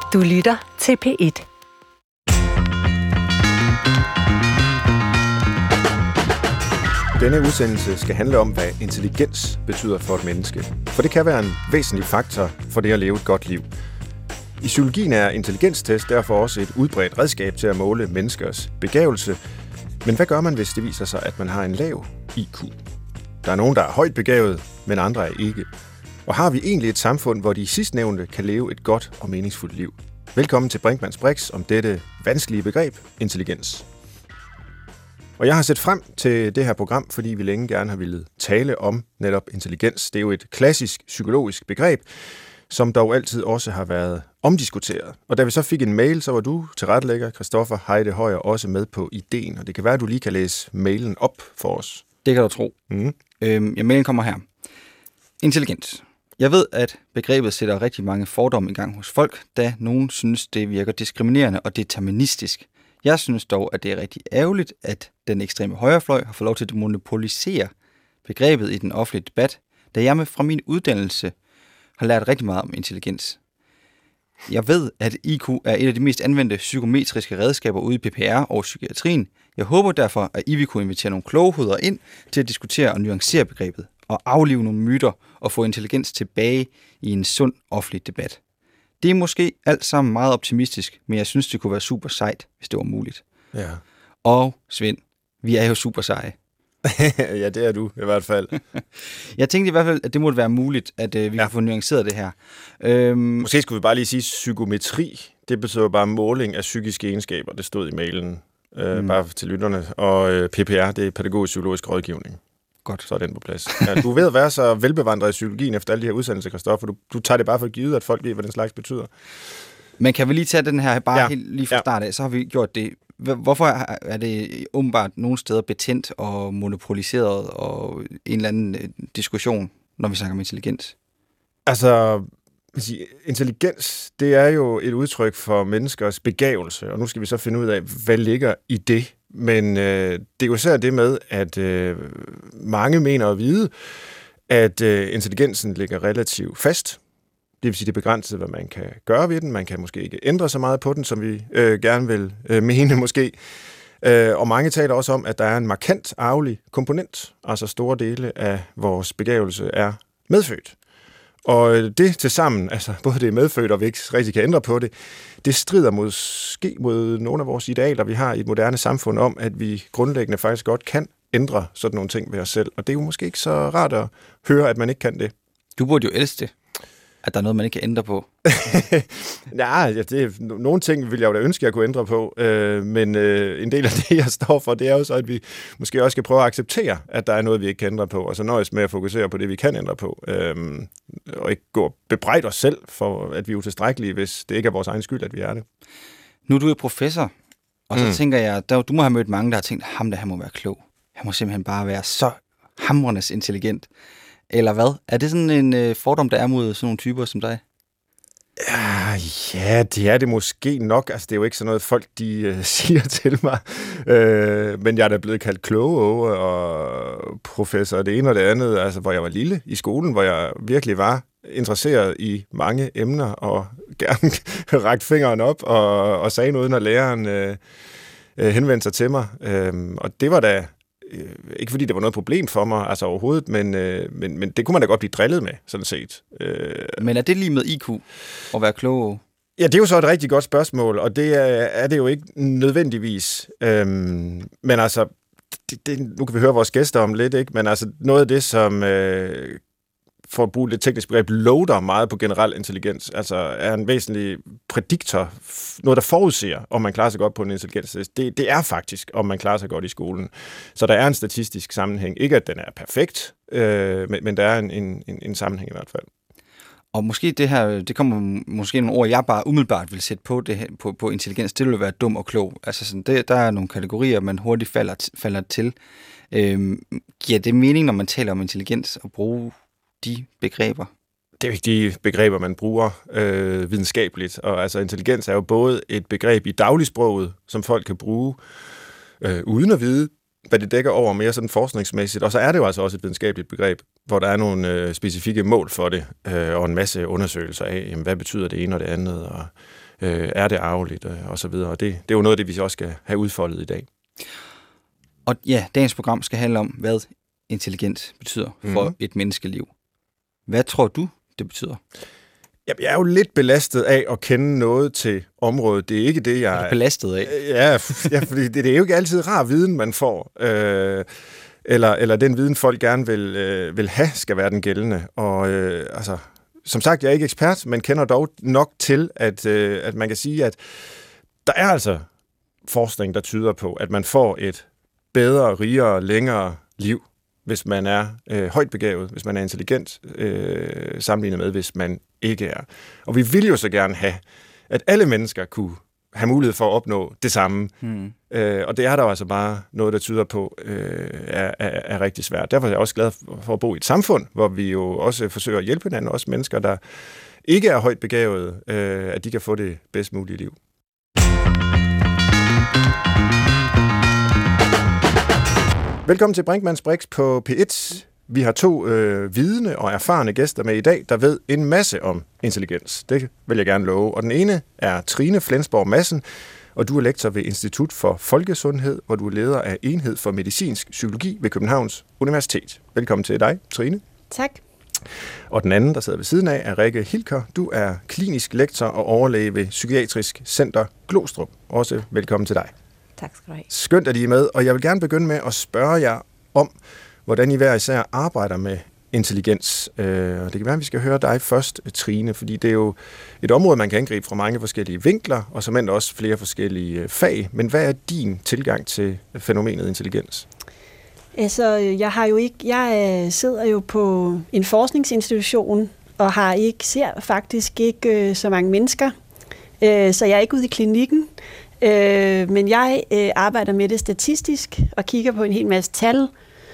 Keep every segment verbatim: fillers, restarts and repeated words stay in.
Du lytter til P et. Denne udsendelse skal handle om, hvad intelligens betyder for et menneske. For det kan være en væsentlig faktor for det at leve et godt liv. I psykologien er intelligenstest derfor også et udbredt redskab til at måle menneskers begavelse. Men hvad gør man, hvis det viser sig, at man har en lav I Q? Der er nogen, der er højt begavet, men andre er ikke. Og har vi egentlig et samfund, hvor de sidstnævnte kan leve et godt og meningsfuldt liv? Velkommen til Brinkmanns Brix om dette vanskelige begreb, intelligens. Og jeg har set frem til det her program, fordi vi længe gerne har ville tale om netop intelligens. Det er jo et klassisk psykologisk begreb, som dog altid også har været omdiskuteret. Og da vi så fik en mail, så var du tilrettelægger, Christoffer Heide Højer, også med på ideen. Og det kan være, at du lige kan læse mailen op for os. Det kan du tro. Mm. Øhm, ja, mailen kommer her. Intelligens. Jeg ved, at begrebet sætter rigtig mange fordomme i gang hos folk, da nogen synes, det virker diskriminerende og deterministisk. Jeg synes dog, at det er rigtig ærgerligt, at den ekstreme højrefløj har fået lov til at monopolisere begrebet i den offentlige debat, da jeg med fra min uddannelse har lært rigtig meget om intelligens. Jeg ved, at I Q er et af de mest anvendte psykometriske redskaber ude i P P R og psykiatrien. Jeg håber derfor, at I vil kunne invitere nogle kloge hoveder ind til at diskutere og nuancere begrebet, og aflive nogle myter og få intelligens tilbage i en sund offentlig debat. Det er måske alt sammen meget optimistisk, men jeg synes, det kunne være super sejt, hvis det var muligt. Ja. Og Svend, vi er jo super seje. Ja, det er du i hvert fald. Jeg tænkte i hvert fald, at det måtte være muligt, at øh, vi ja. kan få nuanceret det her. Øhm, Måske skulle vi bare lige sige psykometri. Det betyder bare måling af psykiske egenskaber. Det stod i mailen, øh, mm. bare til lytterne. Og øh, P P R, det er pædagogisk-psykologisk rådgivning. Godt. Så er den på plads. Ja, du ved at være så velbevandret i psykologien efter alle de her udsendelser, Christoffer. Du, du tager det bare for givet, at folk ved, hvad den slags betyder. Men kan vi lige tage den her bare ja. helt lige fra ja. start af, så har vi gjort det. Hvorfor er det åbenbart nogle steder betændt og monopoliseret og en eller anden diskussion, når vi snakker om intelligens? Altså, intelligens, det er jo et udtryk for menneskers begavelse, og nu skal vi så finde ud af, hvad ligger i det. Men øh, det er jo især det med, at øh, mange mener at vide, at øh, intelligensen ligger relativt fast. Det vil sige, det er begrænset, hvad man kan gøre ved den. Man kan måske ikke ændre så meget på den, som vi øh, gerne vil øh, mene måske. Øh, og mange taler også om, at der er en markant arvelig komponent. Altså store dele af vores begavelse er medfødt. Og det til sammen, altså både det er medfødt, og vi ikke rigtig kan ændre på det, det strider måske mod nogle af vores idealer, vi har i et moderne samfund om, at vi grundlæggende faktisk godt kan ændre sådan nogle ting ved os selv. Og det er jo måske ikke så rart at høre, at man ikke kan det. Du burde jo elske det, at der er noget, man ikke kan ændre på. Nej, ja, det, nogle ting vil jeg jo da ønske, at jeg kunne ændre på, øh, men øh, en del af det, jeg står for, det er jo så, at vi måske også skal prøve at acceptere, at der er noget, vi ikke kan ændre på, og så nøjes med at fokusere på det, vi kan ændre på, øh, og ikke gå og bebrejde os selv for, at vi er utilstrækkelige, hvis det ikke er vores egen skyld, at vi er det. Nu er du jo professor, og så mm. tænker jeg, der, du må have mødt mange, der har tænkt, ham der, han må være klog. Han må simpelthen bare være så hamrende intelligent. Eller hvad? Er det sådan en øh, fordom, der er mod sådan nogle typer som dig? Ja, ja, det er det måske nok. Altså, det er jo ikke sådan noget, folk de øh, siger til mig. Øh, men jeg er da blevet kaldt kloge og professor det ene og det andet. Altså, hvor jeg var lille i skolen, hvor jeg virkelig var interesseret i mange emner og gerne rakte fingeren op og, og sagde noget, når læreren øh, øh, henvendte sig til mig. Øh, og det var da ikke fordi det var noget problem for mig, altså overhovedet, men, øh, men, men det kunne man da godt blive drillet med, sådan set. Øh, men er det lige med I Q at være klog? Ja, det er jo så et rigtig godt spørgsmål, og det er, er det jo ikke nødvendigvis. Øhm, men altså, det, det, nu kan vi høre vores gæster om lidt, ikke? Men altså, noget af det, som øh, for at bruge lidt teknisk begreb, loader meget på generel intelligens, altså er en væsentlig prædiktor, noget der forudser, om man klarer sig godt på en intelligenstest, det, det er faktisk, om man klarer sig godt i skolen. Så der er en statistisk sammenhæng. Ikke at den er perfekt, øh, men, men der er en, en, en sammenhæng i hvert fald. Og måske det her, det kommer måske nogle ord, jeg bare umiddelbart vil sætte på, det her, på, på intelligens, det vil være dum og klog. Altså sådan, det, der er nogle kategorier, man hurtigt falder, falder til. Øhm, giver det mening, når man taler om intelligens, at bruge de begreber? Det er jo ikke de begreber, man bruger øh, videnskabeligt. Og altså intelligens er jo både et begreb i dagligsproget, som folk kan bruge øh, uden at vide, hvad det dækker over mere sådan forskningsmæssigt. Og så er det jo altså også et videnskabeligt begreb, hvor der er nogle øh, specifikke mål for det, øh, og en masse undersøgelser af, jamen, hvad betyder det ene og det andet, og Øh, er det arveligt? Øh, og så videre. Og det, det er jo noget af det, vi også skal have udfoldet i dag. Og ja, dagens program skal handle om, hvad intelligens betyder for mm. et menneskeliv. Hvad tror du, det betyder? Jeg er jo lidt belastet af at kende noget til området. Det er ikke det, jeg... Er du belastet af? Ja, ja, fordi det, det er jo ikke altid rar viden, man får. Øh, eller, eller den viden, folk gerne vil, øh, vil have, skal være den gældende. Og øh, altså, som sagt, jeg er ikke ekspert, men kender dog nok til, at, øh, at man kan sige, at der er altså forskning, der tyder på, at man får et bedre, rigere, længere liv, hvis man er øh, højt begavet, hvis man er intelligent, øh, sammenlignet med, hvis man ikke er. Og vi vil jo så gerne have, at alle mennesker kunne have mulighed for at opnå det samme. Hmm. Øh, og det er der jo altså bare noget, der tyder på, øh, er, er, er rigtig svært. Derfor er jeg også glad for at bo i et samfund, hvor vi jo også forsøger at hjælpe hinanden, også mennesker, der ikke er højt begavet, øh, at de kan få det bedst mulige liv. Velkommen til Brinkmanns Brix på P et. Vi har to øh, vidende og erfarne gæster med i dag, der ved en masse om intelligens. Det vil jeg gerne love. Og den ene er Trine Flensborg Madsen, og du er lektor ved Institut for Folkesundhed, hvor du er leder af Enhed for Medicinsk Psykologi ved Københavns Universitet. Velkommen til dig, Trine. Tak. Og den anden, der sidder ved siden af, er Rikke Hilker. Du er klinisk lektor og overlæge ved Psykiatrisk Center Glostrup. Også velkommen til dig. Tak skal du have. Skønt, at I er med, og jeg vil gerne begynde med at spørge jer om, hvordan I hver især arbejder med intelligens. Øh, og det kan være, at vi skal høre dig først, Trine, fordi det er jo et område, man kan angribe fra mange forskellige vinkler, og som end også flere forskellige fag. Men hvad er din tilgang til fænomenet intelligens? Altså, jeg har jo ikke, jeg sidder jo på en forskningsinstitution, og har ikke, ser faktisk ikke så mange mennesker, så jeg er ikke ude i klinikken. Øh, men jeg øh, arbejder med det statistisk og kigger på en hel masse tal,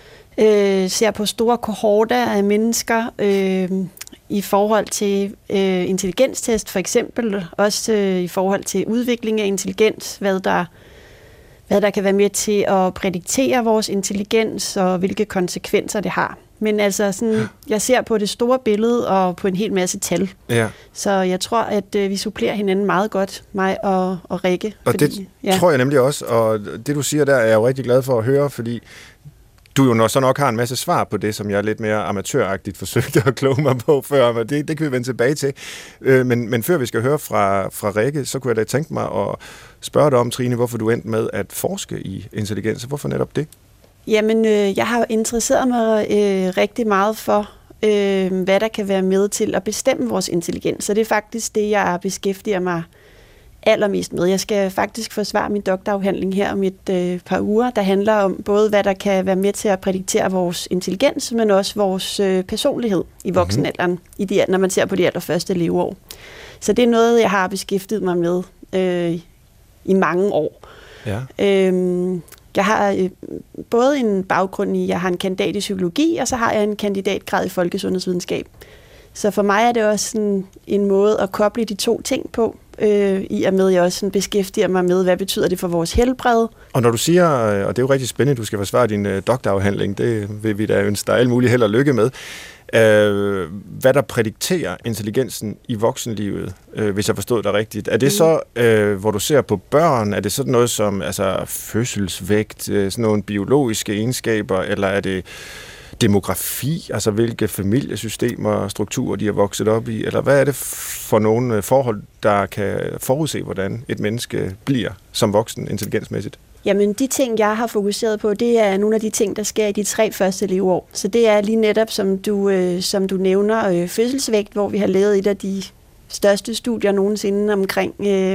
øh, ser på store kohorter af mennesker øh, i forhold til øh, intelligenstest for eksempel, også øh, i forhold til udvikling af intelligens, hvad der, hvad der kan være med til at prædiktere vores intelligens og hvilke konsekvenser det har. Men altså, sådan, jeg ser på det store billede og på en hel masse tal. Ja. Så jeg tror, at øh, vi supplerer hinanden meget godt, mig og, og Rikke. Og fordi, det ja. tror jeg nemlig også, og det du siger der, er jeg jo rigtig glad for at høre, fordi du jo nok, så nok har en masse svar på det, som jeg lidt mere amatøragtigt forsøgte at kloge mig på før, men det, det kan vi vende tilbage til. Øh, men, men før vi skal høre fra, fra Rikke, så kunne jeg da tænke mig at spørge dig om, Trine, hvorfor du endte med at forske i intelligens. Hvorfor netop det? Jamen, øh, jeg har interesseret mig øh, rigtig meget for, øh, hvad der kan være med til at bestemme vores intelligens. Så det er faktisk det, jeg beskæftiger mig allermest med. Jeg skal faktisk forsvare min doktorafhandling her om et øh, par uger, der handler om både, hvad der kan være med til at prædiktere vores intelligens, men også vores øh, personlighed i voksenalderen, mm-hmm. i de, når man ser på de allerførste leveår. Så det er noget, jeg har beskæftiget mig med øh, i mange år. Ja. Øhm, Jeg har øh, både en baggrund i, jeg har en kandidat i psykologi, og så har jeg en kandidatgrad i folkesundhedsvidenskab. Så for mig er det også sådan en måde at koble de to ting på, øh, i og med, at jeg også sådan beskæftiger mig med, hvad betyder det for vores helbred. Og når du siger, og det er jo rigtig spændende, du skal forsvare din øh, doktorafhandling, det vil vi da ønske dig alt muligt held og lykke med. Øh, hvad der prædikterer intelligensen i voksenlivet, øh, hvis jeg forstod dig rigtigt. Er det mm. så, øh, hvor du ser på børn, er det sådan noget som altså, fødselsvægt, øh, sådan nogle biologiske egenskaber, eller er det demografi, altså hvilke familiesystemer og strukturer de har vokset op i, eller hvad er det for nogle forhold, der kan forudse, hvordan et menneske bliver som voksen intelligensmæssigt? Jamen, de ting, jeg har fokuseret på, det er nogle af de ting, der sker i de tre første leveår. Så det er lige netop, som du, øh, som du nævner, øh, fødselsvægt, hvor vi har lavet et af de største studier nogensinde omkring, øh,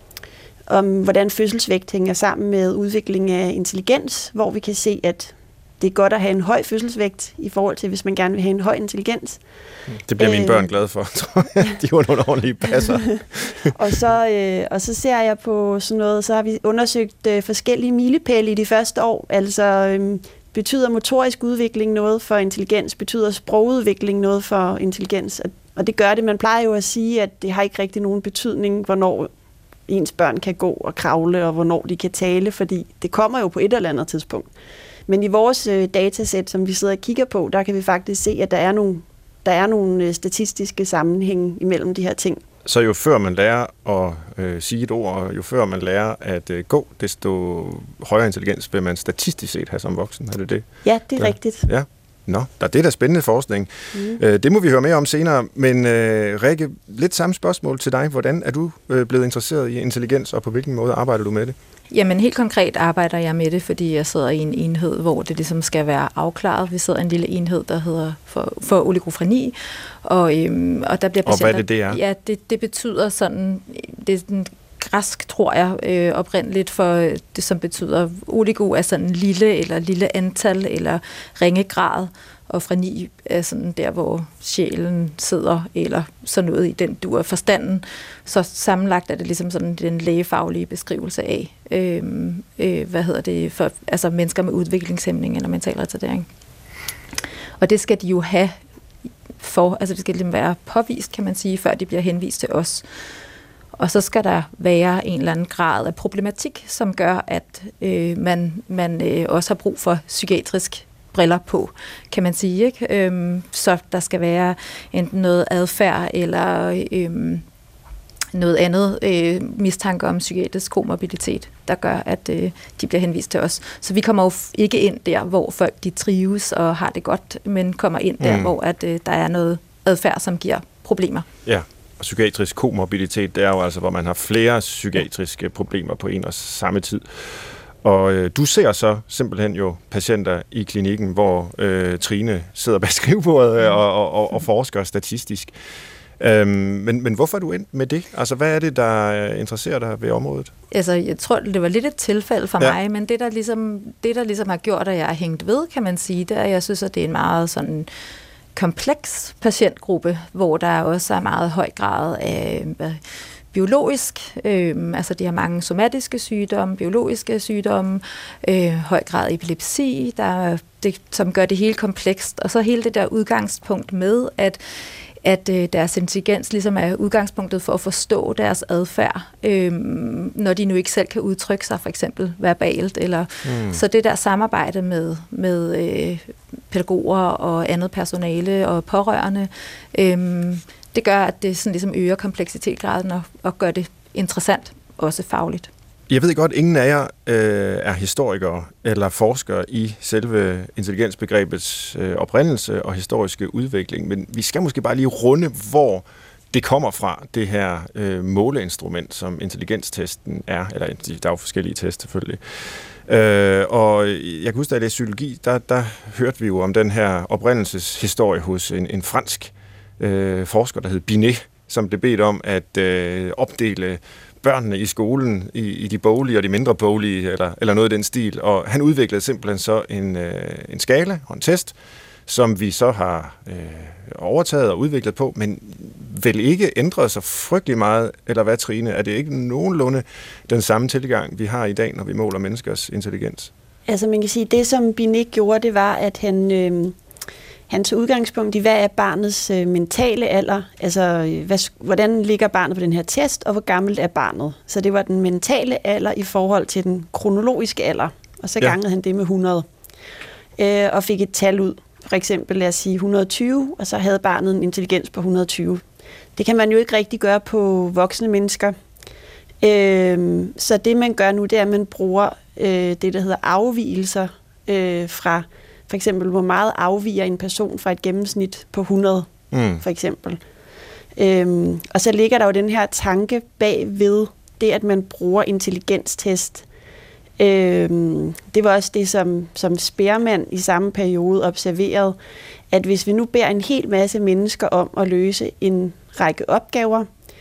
om hvordan fødselsvægt hænger sammen med udvikling af intelligens, hvor vi kan se, at det er godt at have en høj fødselsvægt i forhold til, hvis man gerne vil have en høj intelligens. Det bliver mine øh, børn glade for, tror jeg. De var nogle ordentlige passer. og, så, øh, og så ser jeg på sådan noget, så har vi undersøgt øh, forskellige milepæle i de første år. Altså øh, betyder motorisk udvikling noget for intelligens? Betyder sprogudvikling noget for intelligens? Og, og det gør det. Man plejer jo at sige, at det har ikke rigtig nogen betydning, hvornår ens børn kan gå og kravle, og hvornår de kan tale, fordi det kommer jo på et eller andet tidspunkt. Men i vores øh, datasæt, som vi sidder og kigger på, der kan vi faktisk se, at der er nogle, der er nogle øh, statistiske sammenhænge imellem de her ting. Så jo før man lærer at øh, sige et ord, og jo før man lærer at øh, gå, desto højere intelligens vil man statistisk set have som voksen. Er det det? Ja, det er ja. rigtigt. Ja. Nå, der er det der spændende forskning. Mm. Øh, det må vi høre mere om senere. Men øh, Rikke, lidt samme spørgsmål til dig. Hvordan er du øh, blevet interesseret i intelligens, og på hvilken måde arbejder du med det? Jamen helt konkret arbejder jeg med det, fordi jeg sidder i en enhed, hvor det ligesom skal være afklaret. Vi sidder i en lille enhed, der hedder for, for oligofreni, og, øhm, og der bliver patienter... Og hvad er det, det er? Ja, det, det betyder sådan... Det er sådan græsk, tror jeg, øh, oprindeligt for det, som betyder oligo er sådan lille, eller lille antal, eller ringegrad, og freni er sådan der, hvor sjælen sidder, eller sådan noget i den dur forstanden. Så sammenlagt er det ligesom sådan den lægefaglige beskrivelse af, øh, øh, hvad hedder det, for altså mennesker med udviklingshæmning eller mental retardering. Og det skal de jo have for, altså det skal ligesom være påvist, kan man sige, før de bliver henvist til os. Og så skal der være en eller anden grad af problematik, som gør, at øh, man, man øh, også har brug for psykiatrisk briller på, kan man sige. Ikke? Øhm, så der skal være enten noget adfærd eller øhm, noget andet øh, mistanke om psykiatrisk komorbiditet, der gør, at øh, de bliver henvist til os. Så vi kommer jo ikke ind der, hvor folk de trives og har det godt, men kommer ind der, mm. hvor at, øh, der er noget adfærd, som giver problemer. Ja. Og psykiatrisk komorbiditet, det er jo altså, hvor man har flere psykiatriske problemer på en og samme tid. Og øh, du ser så simpelthen jo patienter i klinikken, hvor øh, Trine sidder bag skrivebordet og, og, og forsker statistisk. Øhm, men, men hvorfor er du endt med det? Altså, hvad er det, der interesserer dig ved området? Altså, jeg tror, det var lidt et tilfælde for ja. mig, men det der, ligesom, det, der ligesom har gjort, at jeg har hængt ved, kan man sige, det er, jeg synes, at det er en meget sådan kompleks patientgruppe, hvor der også er meget høj grad af øh, biologisk, øh, altså de har mange somatiske sygdomme, biologiske sygdomme, øh, høj grad af epilepsi, der, det, som gør det hele komplekst, og så hele det der udgangspunkt med, at at øh, deres intelligens ligesom er udgangspunktet for at forstå deres adfærd, øh, når de nu ikke selv kan udtrykke sig, for eksempel verbalt. Eller, mm. Så det der samarbejde med, med øh, pædagoger og andet personale og pårørende, øh, det gør, at det sådan ligesom øger kompleksitetsgraden og, og gør det interessant, også fagligt. Jeg ved godt, ingen af jer øh, er historikere eller forskere i selve intelligensbegrebets øh, oprindelse og historiske udvikling, men vi skal måske bare lige runde, hvor det kommer fra, det her øh, måleinstrument, som intelligenstesten er, eller der er jo forskellige tests selvfølgelig. Øh, og jeg kan huske, at i psykologi, der, der hørte vi jo om den her oprindelseshistorie hos en, en fransk øh, forsker, der hed Binet, som blev bedt om at øh, opdele børnene i skolen, i, i de boglige og de mindre boglige, eller, eller noget i den stil. Og han udviklede simpelthen så en, øh, en skala og en test, som vi så har øh, overtaget og udviklet på, men vel ikke ændret sig frygtelig meget, eller hvad, Trine? Er det ikke nogenlunde den samme tilgang, vi har i dag, når vi måler menneskers intelligens? Altså man kan sige, det som Binet gjorde, det var, at han... Øh Han tog udgangspunkt i, hvad er barnets øh, mentale alder, altså hvad, hvordan ligger barnet på den her test, og hvor gammelt er barnet. Så det var den mentale alder i forhold til den kronologiske alder, og så gangede ja. han det med hundrede, øh, og fik et tal ud. For eksempel lad os sige et hundrede og tyve, og så havde barnet en intelligens på et hundrede og tyve. Det kan man jo ikke rigtig gøre på voksne mennesker. Øh, så det man gør nu, det er, at man bruger øh, det, der hedder afvigelser øh, fra for eksempel, hvor meget afviger en person fra et gennemsnit på hundrede, mm. for eksempel. Øhm, og så ligger der jo den her tanke bagved det, at man bruger intelligenstest. Øhm, det var også det, som, som Spearman i samme periode observerede, at hvis vi nu beder en hel masse mennesker om at løse en række opgaver,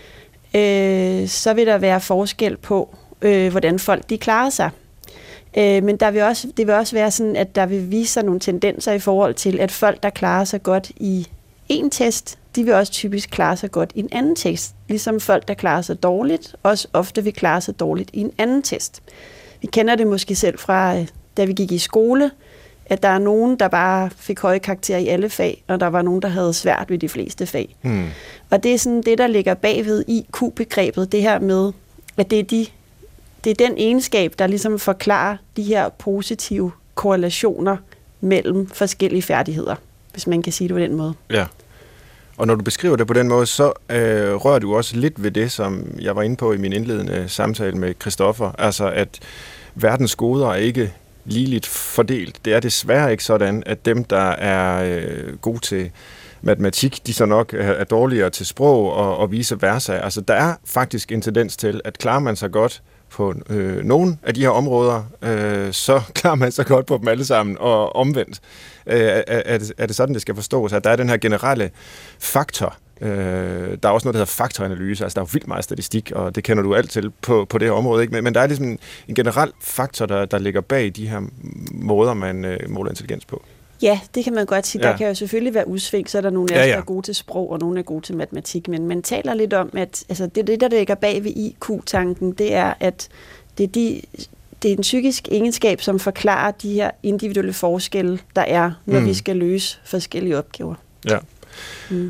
øh, så vil der være forskel på, øh, hvordan folk de klarer sig. Men der vil også, det vil også være sådan, at der vil vise sig nogle tendenser i forhold til, at folk, der klarer sig godt i en test, de vil også typisk klare sig godt i en anden test. Ligesom folk, der klarer sig dårligt, også ofte vil klare sig dårligt i en anden test. Vi kender det måske selv fra, da vi gik i skole, at der er nogen, der bare fik høje karakterer i alle fag, og der var nogen, der havde svært ved de fleste fag. Mm. Og det er sådan det, der ligger bagved I Q-begrebet, det her med, at det er de Det er den egenskab, der ligesom forklarer de her positive korrelationer mellem forskellige færdigheder, hvis man kan sige det på den måde. Ja, Og når du beskriver det på den måde, så øh, rører du også lidt ved det, som jeg var inde på i min indledende samtale med Christoffer. Altså, at verdens goder er ikke ligeligt fordelt. Det er desværre ikke sådan, at dem, der er øh, gode til matematik, de så nok er dårligere til sprog og, og vice versa. Altså, der er faktisk en tendens til, at klarer man sig godt på øh, nogle af de her områder, øh, så klarer man sig godt på dem alle sammen, og omvendt. Øh, er, er, det, er det sådan, det skal forstås? At der er den her generelle faktor. Øh, der er også noget, der hedder faktoranalyse. Altså, der er jo vildt meget statistik, og det kender du alt til på, på det her område. Ikke? Men, men der er ligesom en, en generel faktor, der, der ligger bag de her måder, man øh, måler intelligens på. Ja, det kan man godt sige. Ja. Der kan jo selvfølgelig være udsving, så er der nogle af os, Ja, ja. der er gode til sprog, og nogle er gode til matematik. Men man taler lidt om, at altså, det, det, der ligger bag ved I Q-tanken, det er, at det er, de, det er en psykisk egenskab, som forklarer de her individuelle forskelle, der er, når mm. vi skal løse forskellige opgaver. Ja. Mm.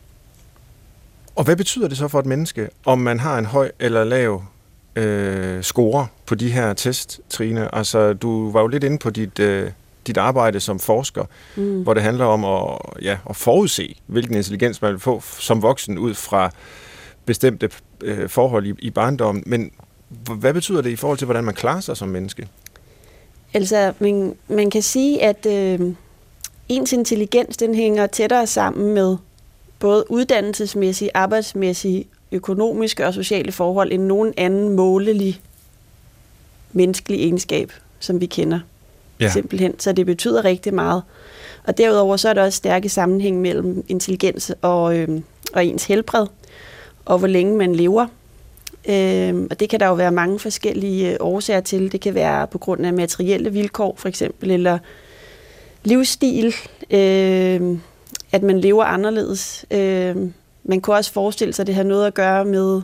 Og hvad betyder det så for et menneske, om man har en høj eller lav øh, score på de her test, Trine? Altså, du var jo lidt inde på dit... Øh, dit arbejde som forsker, mm. hvor det handler om at, ja, at forudse, hvilken intelligens man vil få som voksen ud fra bestemte øh, forhold i, i barndommen. Men hvad betyder det i forhold til, hvordan man klarer sig som menneske? Altså, man, man kan sige, at øh, ens intelligens, den hænger tættere sammen med både uddannelsesmæssige, arbejdsmæssige, økonomiske og sociale forhold, end nogen anden målelig menneskelig egenskab, som vi kender. Ja. Simpelthen. Så det betyder rigtig meget. Og derudover så er der også stærke sammenhæng mellem intelligens og, øh, og ens helbred, og hvor længe man lever. Øh, og det kan der jo være mange forskellige årsager til. Det kan være på grund af materielle vilkår, for eksempel, eller livsstil, øh, at man lever anderledes. Øh, man kunne også forestille sig, at det har noget at gøre med,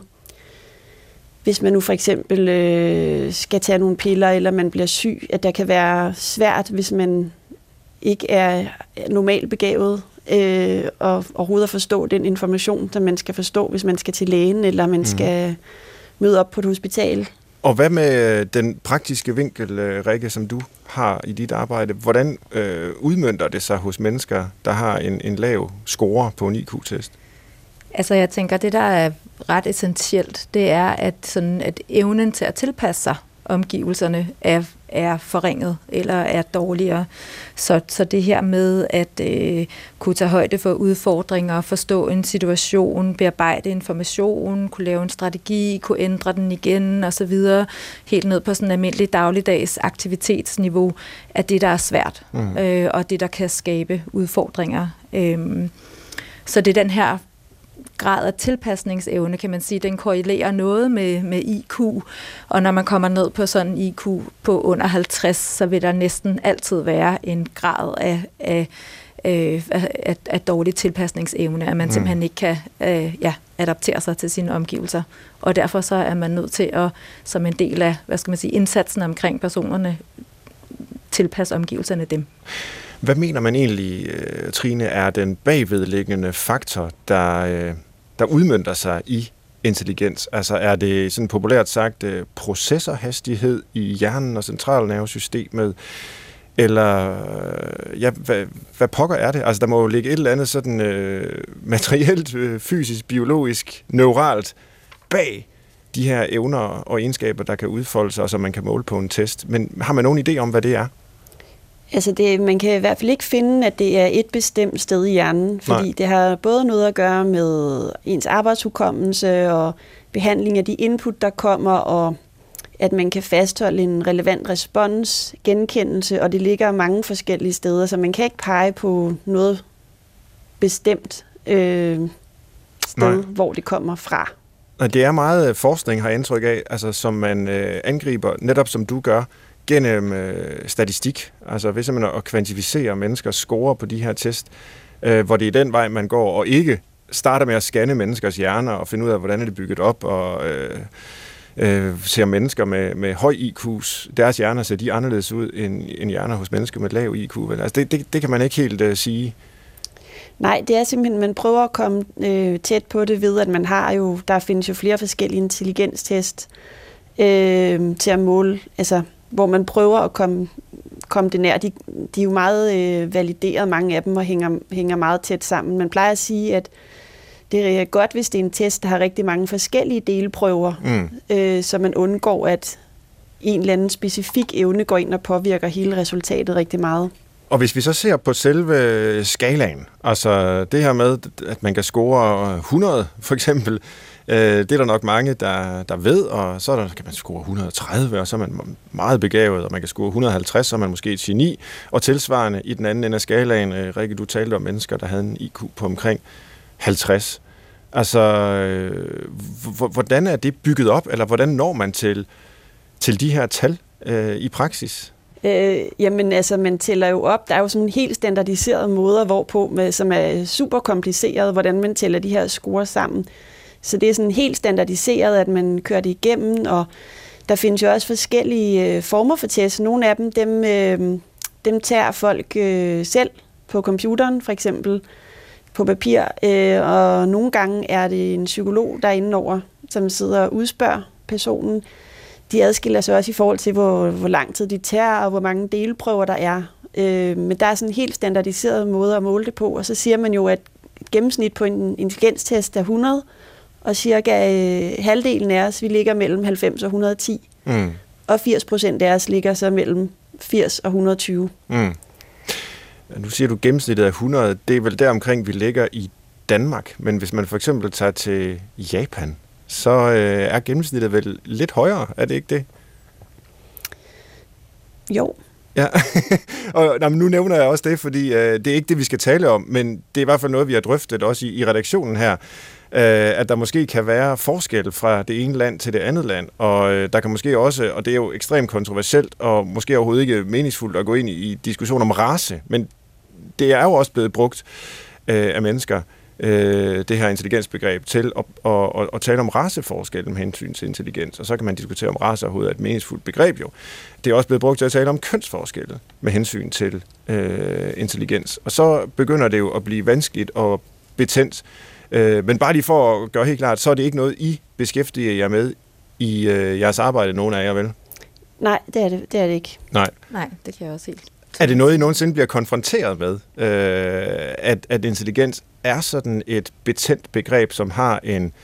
hvis man nu for eksempel øh, skal tage nogle piller, eller man bliver syg, at der kan være svært, hvis man ikke er normalt begavet, øh, og overhovedet at forstå den information, som man skal forstå, hvis man skal til lægen, eller man mm. skal møde op på et hospital. Og hvad med den praktiske vinkel, Rikke, som du har i dit arbejde? Hvordan øh, udmønter det sig hos mennesker, der har en, en lav score på en I Q-test? Altså jeg tænker, det der er ret essentielt, det er, at, sådan, at evnen til at tilpasse sig omgivelserne er, er forringet eller er dårligere. Så, så det her med at øh, kunne tage højde for udfordringer, forstå en situation, bearbejde information, kunne lave en strategi, kunne ændre den igen osv., helt ned på sådan en almindelig dagligdags aktivitetsniveau, er det, der er svært, mm. øh, og det, der kan skabe udfordringer. Øh, så det er den her grad af tilpasningsevne, kan man sige, den korrelerer noget med, med I Q, og når man kommer ned på sådan I Q på under halvtreds, så vil der næsten altid være en grad af, af, af, af, af dårlig tilpasningsevne, at man mm. simpelthen ikke kan øh, ja, adaptere sig til sine omgivelser, og derfor så er man nødt til at, som en del af, hvad skal man sige, indsatsen omkring personerne, tilpasse omgivelserne dem. Hvad mener man egentlig, Trine, er den bagvedliggende faktor, der, der udmønter sig i intelligens? Altså er det sådan populært sagt processorhastighed i hjernen og centralnervesystemet? Eller ja, hvad, hvad pokker er det? Altså der må jo ligge et eller andet sådan øh, materielt, øh, fysisk, biologisk, neuralt bag de her evner og egenskaber, der kan udfolde sig, og som man kan måle på en test. Men har man nogen idé om, hvad det er? Altså det, man kan i hvert fald ikke finde, at det er et bestemt sted i hjernen, fordi Nej. Det har både noget at gøre med ens arbejdshukommelse og behandling af de input, der kommer, og at man kan fastholde en relevant respons, genkendelse, og det ligger mange forskellige steder, så man kan ikke pege på noget bestemt øh, sted, Nej. Hvor det kommer fra. Og det er meget forskning, har jeg indtryk af, altså, som man øh, angriber, netop som du gør, gennem øh, statistik, altså ved simpelthen at kvantificere menneskers score på de her test, øh, hvor det er den vej, man går, og ikke starter med at scanne menneskers hjerner og finde ud af, hvordan er det bygget op, og øh, øh, ser mennesker med, med høj I Q's, deres hjerner ser de anderledes ud end, end hjerner hos mennesker med lav I Q. Vel? Altså det, det, det kan man ikke helt øh, sige. Nej, det er simpelthen, man prøver at komme øh, tæt på det ved, at man har jo, der findes jo flere forskellige intelligenstest øh, til at måle, altså hvor man prøver at komme, komme det nær. De, de er jo meget øh, valideret, mange af dem, og hænger, hænger meget tæt sammen. Man plejer at sige, at det er godt, hvis det er en test, der har rigtig mange forskellige delprøver, mm. øh, så man undgår, at en eller anden specifik evne går ind og påvirker hele resultatet rigtig meget. Og hvis vi så ser på selve skalaen, altså det her med, at man kan score hundrede for eksempel, øh, det er der nok mange, der, der ved, og så der, kan man score et hundrede og tredive, og så er man meget begavet, og man kan score et hundrede og halvtreds, så er man måske et geni, og tilsvarende i den anden ende af skalaen, øh, Rikke, du talte om mennesker, der havde en I Q på omkring halvtreds. Altså, øh, hvordan er det bygget op, eller hvordan når man til, til de her tal øh, i praksis? Øh, jamen altså, man tæller jo op. Der er jo sådan en helt standardiseret måder, hvorpå, med, som er super kompliceret, hvordan man tæller de her score sammen. Så det er sådan helt standardiseret, at man kører det igennem, og der findes jo også forskellige øh, former for tests. Nogle af dem, dem, øh, dem tager folk øh, selv på computeren, for eksempel på papir, øh, og nogle gange er det en psykolog, der er inde over, som sidder og udspørger personen. De adskiller sig også i forhold til, hvor, hvor lang tid de tager, og hvor mange delprøver der er. Øh, men der er sådan en helt standardiseret måde at måle det på, og så siger man jo, at gennemsnit på en intelligenstest er hundrede, og cirka øh, halvdelen af os, vi ligger mellem halvfems og et hundrede og ti, mm. og firs procent af os ligger så mellem firs og et hundrede og tyve. Mm. Nu siger du, gennemsnittet er hundrede, det er vel deromkring, vi ligger i Danmark, men hvis man for eksempel tager til Japan, så øh, er gennemsnittet vel lidt højere, er det ikke det? Jo. Ja, og nej, nu nævner jeg også det, fordi øh, det er ikke det, vi skal tale om, men det er i hvert fald noget, vi har drøftet også i, i redaktionen her, øh, at der måske kan være forskel fra det ene land til det andet land, og øh, der kan måske også, og det er jo ekstremt kontroversielt, og måske overhovedet ikke meningsfuldt at gå ind i, i diskussion om race, men det er jo også blevet brugt øh, af mennesker, øh, det her intelligensbegreb, til at, at, at, at tale om raceforskel med hensyn til intelligens, og så kan man diskutere, om race overhovedet er et meningsfuldt begreb jo. Det er også blevet brugt til at tale om kønsforskelle med hensyn til øh, intelligens, og så begynder det jo at blive vanskeligt og betændt. Øh, men bare lige for at gøre helt klart, så er det ikke noget, I beskæftiger jer med i øh, jeres arbejde, nogen af jer, vel? Nej, det er det, det er det ikke. Nej. Nej, det kan jeg også helt. Er det noget, I nogensinde bliver konfronteret med, øh, at, at intelligens er sådan et betændt begreb, som har en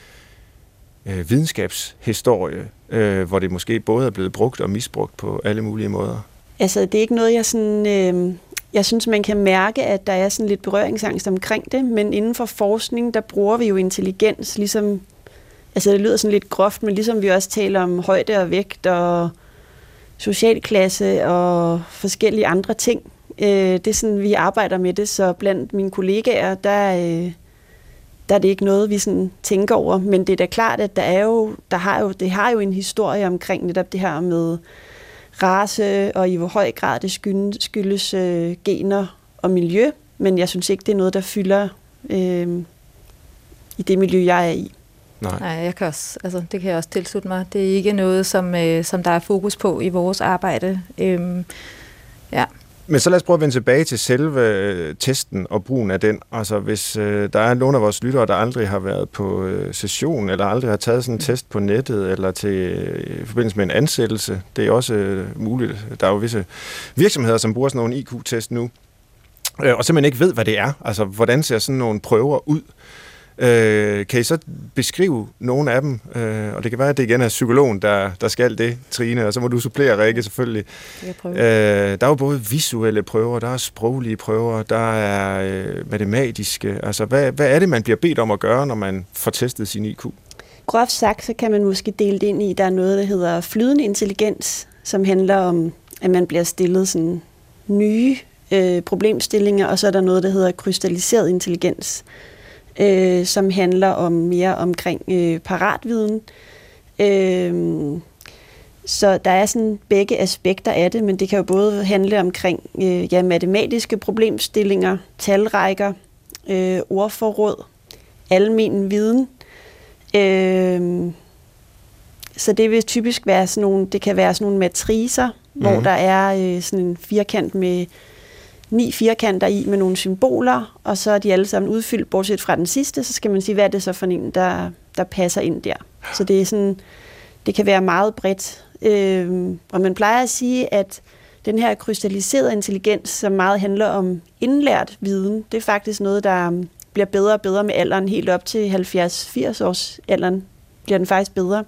øh, videnskabshistorie, øh, hvor det måske både er blevet brugt og misbrugt på alle mulige måder? Altså, det er ikke noget, jeg sådan... Øh, jeg synes, man kan mærke, at der er sådan lidt berøringsangst omkring det, men inden for forskning, der bruger vi jo intelligens, ligesom... Altså, det lyder sådan lidt groft, men ligesom vi også taler om højde og vægt og socialklasse og forskellige andre ting. Øh, det er sådan, vi arbejder med det, så blandt mine kollegaer, der, øh, der er det ikke noget, vi sådan tænker over. Men det er da klart, at der er jo, der har jo, det har jo en historie omkring netop det her med race, og i hvor høj grad det skyldes, skyldes øh, gener og miljø. Men jeg synes ikke, det er noget, der fylder øh, i det miljø, jeg er i. Nej. Nej, jeg kan også, altså, det kan jeg også tilslutte mig. Det er ikke noget, som, øh, som der er fokus på i vores arbejde. Øhm, ja. Men så lad os prøve at vende tilbage til selve testen og brugen af den. Altså hvis øh, der er nogle af vores lyttere, der aldrig har været på øh, session, eller aldrig har taget sådan en test på nettet, eller til øh, i forbindelse med en ansættelse, det er også øh, muligt. Der er jo visse virksomheder, som bruger sådan nogle I Q-test nu, øh, og simpelthen ikke ved, hvad det er. Altså hvordan ser sådan nogle prøver ud? Øh, kan I så beskrive nogle af dem? Øh, og det kan være, at det igen er psykologen, der, der skal det, Trine, og så må du supplere, Rikke, selvfølgelig. Øh, der er jo både visuelle prøver, der er sproglige prøver, der er øh, matematiske. Altså, hvad, hvad er det, man bliver bedt om at gøre, når man får testet sin I Q? Groft sagt, så kan man måske dele det ind i, der er noget, der hedder flydende intelligens, som handler om, at man bliver stillet sådan nye øh, problemstillinger, og så er der noget, der hedder krystalliseret intelligens, Øh, som handler om mere omkring øh, paratviden. Øh, så der er sådan begge aspekter af det, men det kan jo både handle omkring øh, ja, matematiske problemstillinger, talrækker, øh, ordforråd, almen viden. Øh, så det vil typisk være sådan nogle, det kan være sådan nogle matricer, mm. hvor der er øh, sådan en firkant med ni firkanter i med nogle symboler, og så er de alle sammen udfyldt, bortset fra den sidste, så skal man sige, hvad er det så for en, der, der passer ind der. Så det er sådan, det kan være meget bredt. Øh, og man plejer at sige, at den her krystalliserede intelligens, som meget handler om indlært viden, det er faktisk noget, der bliver bedre og bedre med alderen. Helt op til halvfjerds til firs års alderen bliver den faktisk bedre.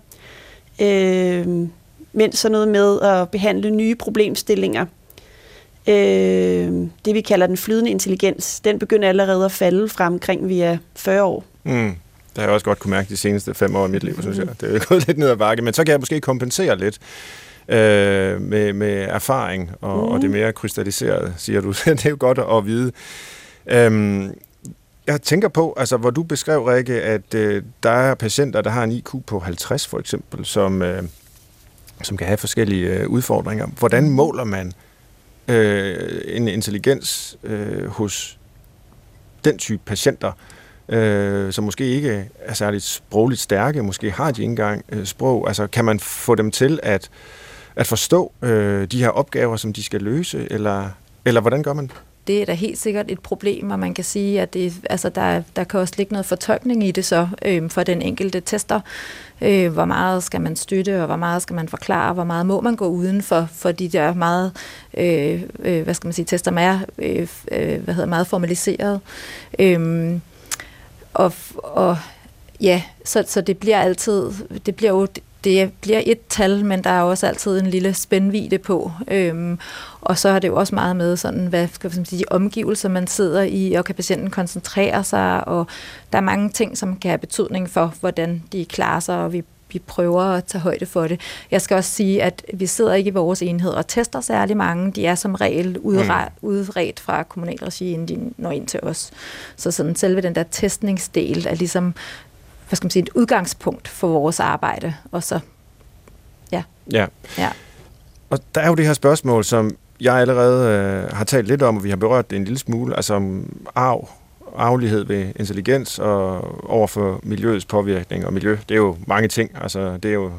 Øh, mens så noget med at behandle nye problemstillinger, øh, det vi kalder den flydende intelligens, den begynder allerede at falde fra omkring vi er fyrre år. Mm. Det har jeg også godt kunne mærke de seneste fem år i mit liv, synes jeg. Det er gået lidt ned ad bakke, men så kan jeg måske kompensere lidt øh, med, med erfaring og, mm. og det mere krystalliserede, siger du. Det er jo godt at vide. Øhm, jeg tænker på, altså hvor du beskrev, Rikke, at øh, der er patienter, der har en I Q på halvtreds for eksempel, som, øh, som kan have forskellige øh, udfordringer. Hvordan måler man øh, en intelligens øh, hos den type patienter, øh, som måske ikke er særligt sprogligt stærke, måske har de ikke engang øh, sprog. Altså kan man få dem til at, at forstå øh, de her opgaver, som de skal løse, eller, eller hvordan gør man? Det er da helt sikkert et problem, og man kan sige, at det, altså der, der kan også ligge noget fortolkning i det så øh, for den enkelte tester. Øh, hvor meget skal man støtte, og hvor meget skal man forklare, hvor meget må man gå uden for, for de der meget, øh, øh, hvad skal man sige, tester, man er øh, øh, hvad hedder, meget formaliseret. Øh, og, og ja, så, så det bliver altid, det bliver jo, det bliver et tal, men der er også altid en lille spændvidde på. Øhm, og så har det jo også meget med sådan, hvad skal man sige, de omgivelser, man sidder i, og kan patienten koncentrere sig, og der er mange ting, som kan have betydning for, hvordan de klarer sig, og vi, vi prøver at tage højde for det. Jeg skal også sige, at vi sidder ikke i vores enhed og tester særlig mange. De er som regel udre, mm. udredt fra kommunalregi, inden de når ind til os. Så sådan selve den der testningsdel er ligesom, hvad skal man sige, et udgangspunkt for vores arbejde, og så, ja. Ja. ja. Og der er jo det her spørgsmål, som jeg allerede øh, har talt lidt om, og vi har berørt det en lille smule, altså om arv, arvelighed ved intelligens og overfor miljøets påvirkning. Og miljø, det er jo mange ting, altså det er jo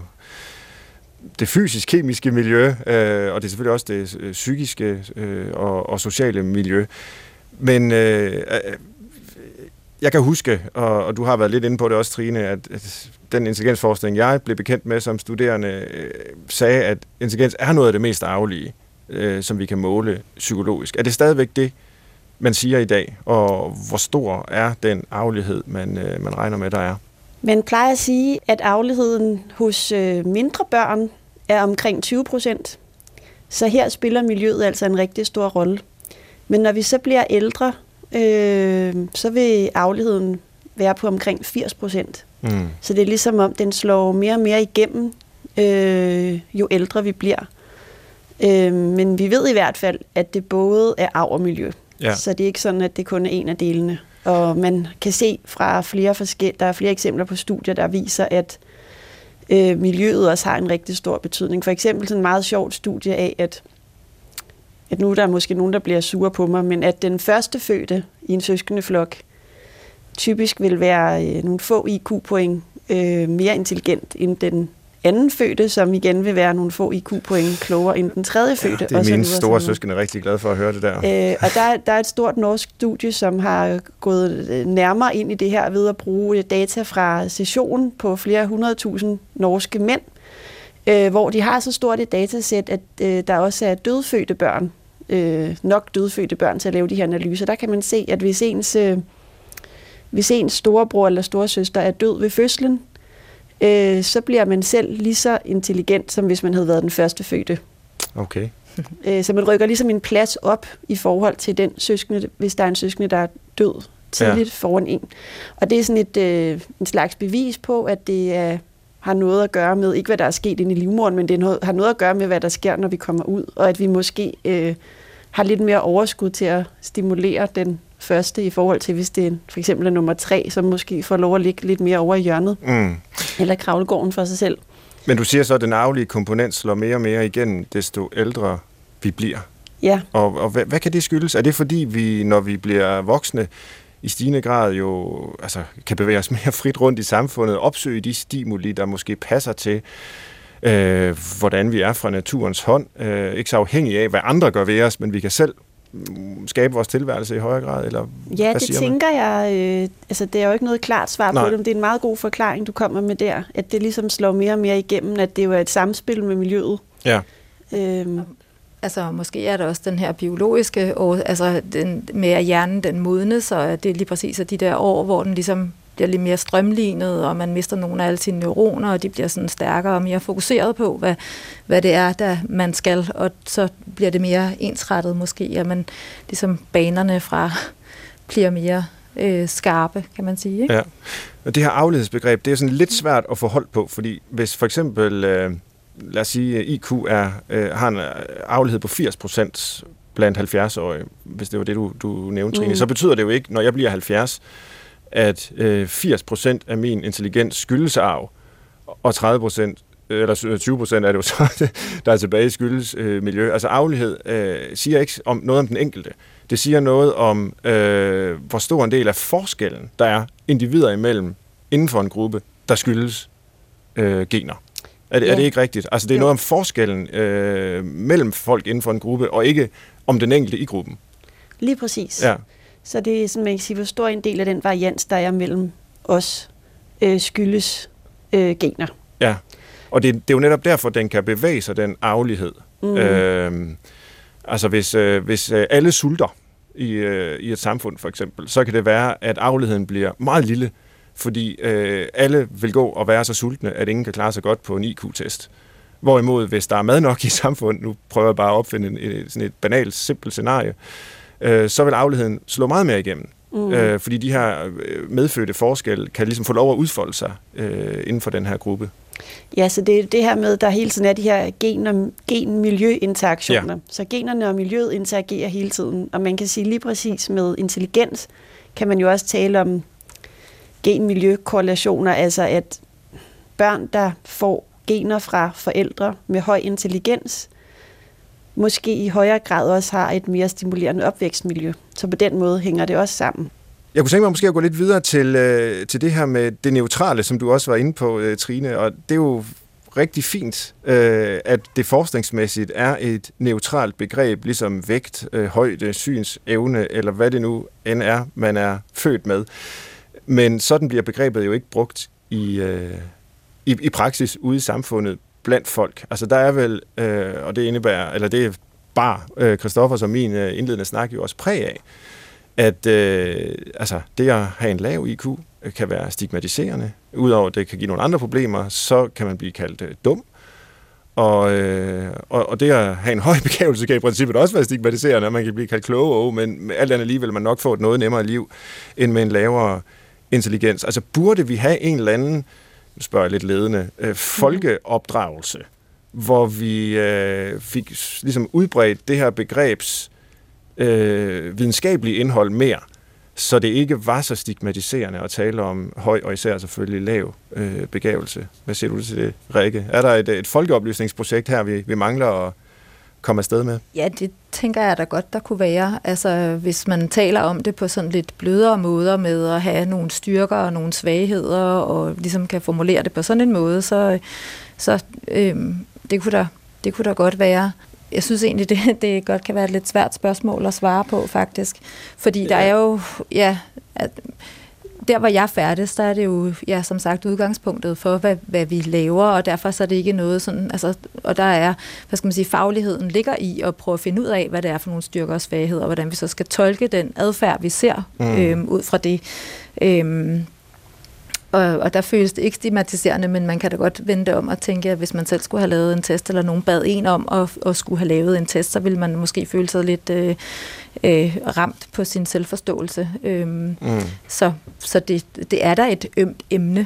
det fysisk-kemiske miljø, øh, og det er selvfølgelig også det øh, psykiske øh, og, og sociale miljø. Men øh, jeg kan huske, og, og du har været lidt inde på det også, Trine, at, at den intelligensforskning, jeg blev bekendt med som studerende, øh, sagde, at intelligens er noget af det mest arvelige, øh, som vi kan måle psykologisk. Er det stadigvæk det, man siger i dag, og hvor stor er den arvelighed, man, øh, man regner med, der er? Man plejer at sige, at arveligheden hos øh, mindre børn er omkring tyve procent. Så her spiller miljøet altså en rigtig stor rolle. Men når vi så bliver ældre, øh, så vil arveligheden være på omkring firs procent. Mm. Så det er ligesom om, den slår mere og mere igennem, øh, jo ældre vi bliver. Øh, men vi ved i hvert fald, at det både er arv og miljø. Ja. Så det er ikke sådan, at det kun er en af delene. Og man kan se fra flere forskellige, der er flere eksempler på studier, der viser, at øh, miljøet også har en rigtig stor betydning. For eksempel sådan en meget sjovt studie af, at, at nu er der måske nogen, der bliver sure på mig, men at den første fødte i en søskendeflok typisk vil være øh, nogle få I Q-point øh, mere intelligent end den anden fødte, som igen vil være nogle få I Q-point klogere end den tredje fødte. Ja, det er mine store søskende rigtig glade for at høre det der. Øh, og der, der er et stort norsk studie, som har gået nærmere ind i det her ved at bruge data fra sessionen på flere hundredtusind norske mænd, øh, hvor de har så stort et datasæt, at øh, der også er dødfødte børn, øh, nok dødfødte børn til at lave de her analyser. Der kan man se, at hvis ens, øh, hvis ens storebror eller storesøster er død ved fødslen, øh, så bliver man selv lige så intelligent, som hvis man havde været den første fødte. Okay. Øh, så man rykker ligesom en plads op i forhold til den søskende, hvis der er en søskende, der er død tidligt ja. foran en. Og det er sådan et, øh, en slags bevis på, at det er, har noget at gøre med, ikke hvad der er sket inde i livmoderen, men det noget, har noget at gøre med, hvad der sker, når vi kommer ud, og at vi måske øh, har lidt mere overskud til at stimulere den første i forhold til, hvis det er for eksempel er nummer tre, som måske får lov at ligge lidt mere over i hjørnet, mm. eller kravlegården for sig selv. Men du siger så, at den arvelige komponent slår mere og mere igennem, desto ældre vi bliver. Ja. Og, og hvad, hvad kan det skyldes? Er det fordi, vi, når vi bliver voksne, i stigende grad jo altså, kan bevæge os mere frit rundt i samfundet, opsøge de stimuli, der måske passer til, øh, hvordan vi er fra naturens hånd. Øh, ikke så afhængig af, hvad andre gør ved os, men vi kan selv skabe vores tilværelse i højere grad, eller ja, hvad det tænker man? jeg, øh, altså det er jo ikke noget klart svar Nej. på det, men det er en meget god forklaring, du kommer med der, at det ligesom slår mere og mere igennem, at det jo er et samspil med miljøet. Ja. Øhm. Altså, måske er der også den her biologiske år, altså den, med at hjernen den modnes, og det er lige præcis de der år, hvor den ligesom bliver lidt mere strømlignet, og man mister nogle af alle sine neuroner, og de bliver sådan stærkere og mere fokuseret på, hvad, hvad det er, der man skal, og så bliver det mere ensrettet måske, og man ligesom banerne fra bliver mere øh, skarpe, kan man sige. Ikke? Ja, og det her afledighedsbegreb, det er sådan lidt svært at få hold på, fordi hvis for eksempel, øh, lad os sige, I Q er, øh, har en afledighed på firs procent blandt halvfjerds-årige, hvis det var det, du, du nævnte, Trine, mm. så betyder det jo ikke, når jeg bliver halvfjerds, at øh, firs procent af min intelligens skyldes arv, og tredive procent, eller tyve procent er det jo så, der er tilbage skyldes øh, miljø. Altså aflighed øh, siger ikke om noget om den enkelte. Det siger noget om, øh, hvor stor en del af forskellen, der er individer imellem inden for en gruppe, der skyldes øh, gener. Er det, ja. er det ikke rigtigt? Altså det er jo. noget om forskellen øh, mellem folk inden for en gruppe, og ikke om den enkelte i gruppen. Lige præcis. Ja. Så det er sådan, man kan sige, hvor stor en del af den varians, der er mellem os, øh, skyldes øh, gener. Ja, og det, det er jo netop derfor, den kan bevæge sig, den arvelighed. Mm. Øh, altså hvis, øh, hvis øh, alle sulter i, øh, i et samfund for eksempel, så kan det være, at arveligheden bliver meget lille, fordi øh, alle vil gå og være så sultne, at ingen kan klare sig godt på en I Q-test. Hvorimod, hvis der er mad nok i samfundet, nu prøver jeg bare at opfinde en, en, sådan et banalt, simpelt scenarie, øh, så vil arveligheden slå meget mere igennem. Mm. Øh, fordi de her medfødte forskelle kan ligesom få lov at udfolde sig øh, inden for den her gruppe. Ja, så det er det her med, der hele tiden er de her gen- og gen-miljø-interaktioner. Ja. Så generne og miljøet interagerer hele tiden. Og man kan sige lige præcis med intelligens, kan man jo også tale om gen-miljø-korrelationer, altså at børn, der får gener fra forældre med høj intelligens, måske i højere grad også har et mere stimulerende opvækstmiljø. Så på den måde hænger det også sammen. Jeg kunne tænke mig måske at gå lidt videre til, øh, til det her med det neutrale, som du også var inde på, øh, Trine, og det er jo rigtig fint, øh, at det forskningsmæssigt er et neutralt begreb, ligesom vægt, øh, højde, synsevne, eller hvad det nu end er, man er født med. Men sådan bliver begrebet jo ikke brugt i, øh, i, i praksis ude i samfundet blandt folk. Altså der er vel, øh, og det indebærer, eller det er bare øh, Christoffers og min øh, indledende snak jo også præg af, at øh, altså, det at have en lav I Q kan være stigmatiserende. Udover at det kan give nogle andre problemer, så kan man blive kaldt øh, dum. Og, øh, og, og det at have en høj begavelse kan i princippet også være stigmatiserende, og man kan blive kaldt kloge, men med alt andet lige vil man nok få et noget nemmere liv, end med en lavere intelligens. Altså burde vi have en eller anden, nu spørger jeg lidt ledende, øh, folkeopdragelse, hvor vi øh, fik ligesom udbredt det her begrebs øh, videnskabelige indhold mere, så det ikke var så stigmatiserende at tale om høj og især selvfølgelig lav øh, begavelse. Hvad siger du til det, Rikke? Er der et, et folkeoplysningsprojekt her, vi, vi mangler at komme afsted med? Ja, det tænker jeg da godt, der kunne være. Altså, hvis man taler om det på sådan lidt blødere måder med at have nogle styrker og nogle svagheder, og ligesom kan formulere det på sådan en måde, så, så øh, det, kunne der, det kunne der godt være. Jeg synes egentlig, det, det godt kan være et lidt svært spørgsmål at svare på, faktisk. Fordi der er jo, ja, at der hvor jeg færdes, der er det jo, ja, som sagt, udgangspunktet for, hvad, hvad vi laver, og derfor så er det ikke noget sådan, altså, og der er, hvad skal man sige, fagligheden ligger i at prøve at finde ud af, hvad det er for nogle styrker og svagheder, og hvordan vi så skal tolke den adfærd, vi ser, mm. øhm, ud fra det. Øhm, Og, og der føles det ikke stigmatiserende, men man kan da godt vente om at tænke, at hvis man selv skulle have lavet en test, eller nogen bad en om at, at skulle have lavet en test, så ville man måske føle sig lidt øh, øh, ramt på sin selvforståelse. Øhm, mm. Så, så det, det er da et ømt emne.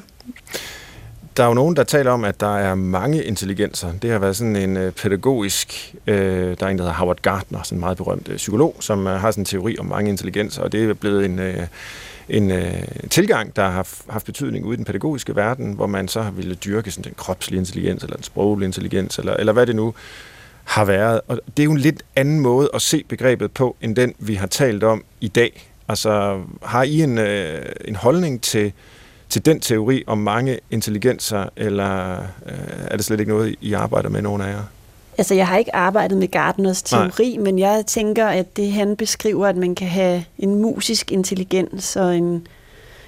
Der er jo nogen, der taler om, at der er mange intelligenser. Det har været sådan en øh, pædagogisk, øh, der er en, der hedder Howard Gardner, sådan en meget berømt øh, psykolog, som øh, har sådan en teori om mange intelligenser, og det er blevet en... Øh, en øh, tilgang, der har haft betydning ude i den pædagogiske verden, hvor man så har ville dyrke sådan den kropslige intelligens, eller den sproglige intelligens, eller, eller hvad det nu har været. Og det er jo en lidt anden måde at se begrebet på, end den, vi har talt om i dag. Altså, har I en, øh, en holdning til, til den teori om mange intelligenser, eller øh, er det slet ikke noget, I arbejder med, nogen af jer? Altså, jeg har ikke arbejdet med Gardners teori, Nej. men jeg tænker, at det han beskriver, at man kan have en musisk intelligens og en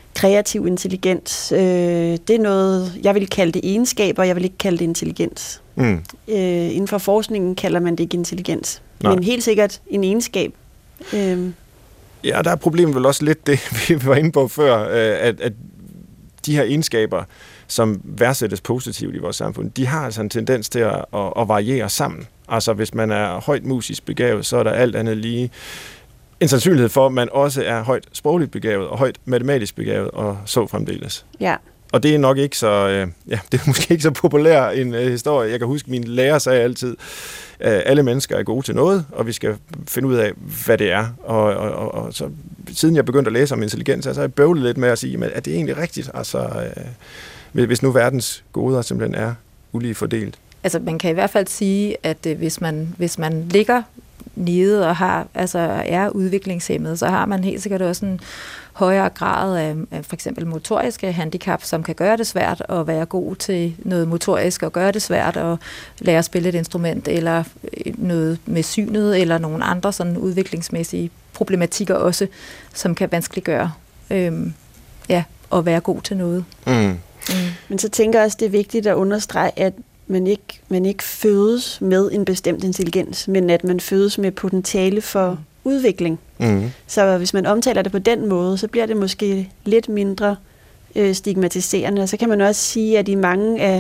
kreativ intelligens, øh, det er noget, jeg vil kalde det egenskaber, jeg vil ikke kalde det intelligens. Mm. Øh, inden for forskningen kalder man det ikke intelligens, Nej. men helt sikkert en egenskab. Øh. Ja, der er problemet vel også lidt det, vi var inde på før, at, at de her egenskaber, som værdsættes positivt i vores samfund, de har altså en tendens til at, at, at variere sammen. Altså, hvis man er højt musisk begavet, så er der alt andet lige en sandsynlighed for, at man også er højt sprogligt begavet og højt matematisk begavet og så fremdeles. Ja. Og det er nok ikke så, øh, ja, det er måske ikke så populær en øh, historie. Jeg kan huske, min lærer sagde altid, at alle mennesker er gode til noget, og vi skal finde ud af, hvad det er. Og, og, og, og så, siden jeg begyndte at læse om intelligens, så har jeg bøvlet lidt med at sige, at det er egentlig rigtigt, altså, øh, hvis nu verdens goder simpelthen er ulige fordelt. Altså, man kan i hvert fald sige, at øh, hvis man, hvis man ligger nede og har, altså er udviklingshæmmet, så har man helt sikkert også en højere grad af, af for eksempel motoriske handicap, som kan gøre det svært at være god til noget motorisk og gøre det svært at lære at spille et instrument, eller noget med synet, eller nogle andre sådan udviklingsmæssige problematikker også, som kan vanskeliggøre øhm, ja, at være god til noget. Mm. Mm. Men så tænker jeg også, det er vigtigt at understrege, at man ikke, man ikke fødes med en bestemt intelligens, men at man fødes med potentiale for mm. udvikling. Mm. Så hvis man omtaler det på den måde, så bliver det måske lidt mindre øh, stigmatiserende. Og så kan man også sige, at i mange af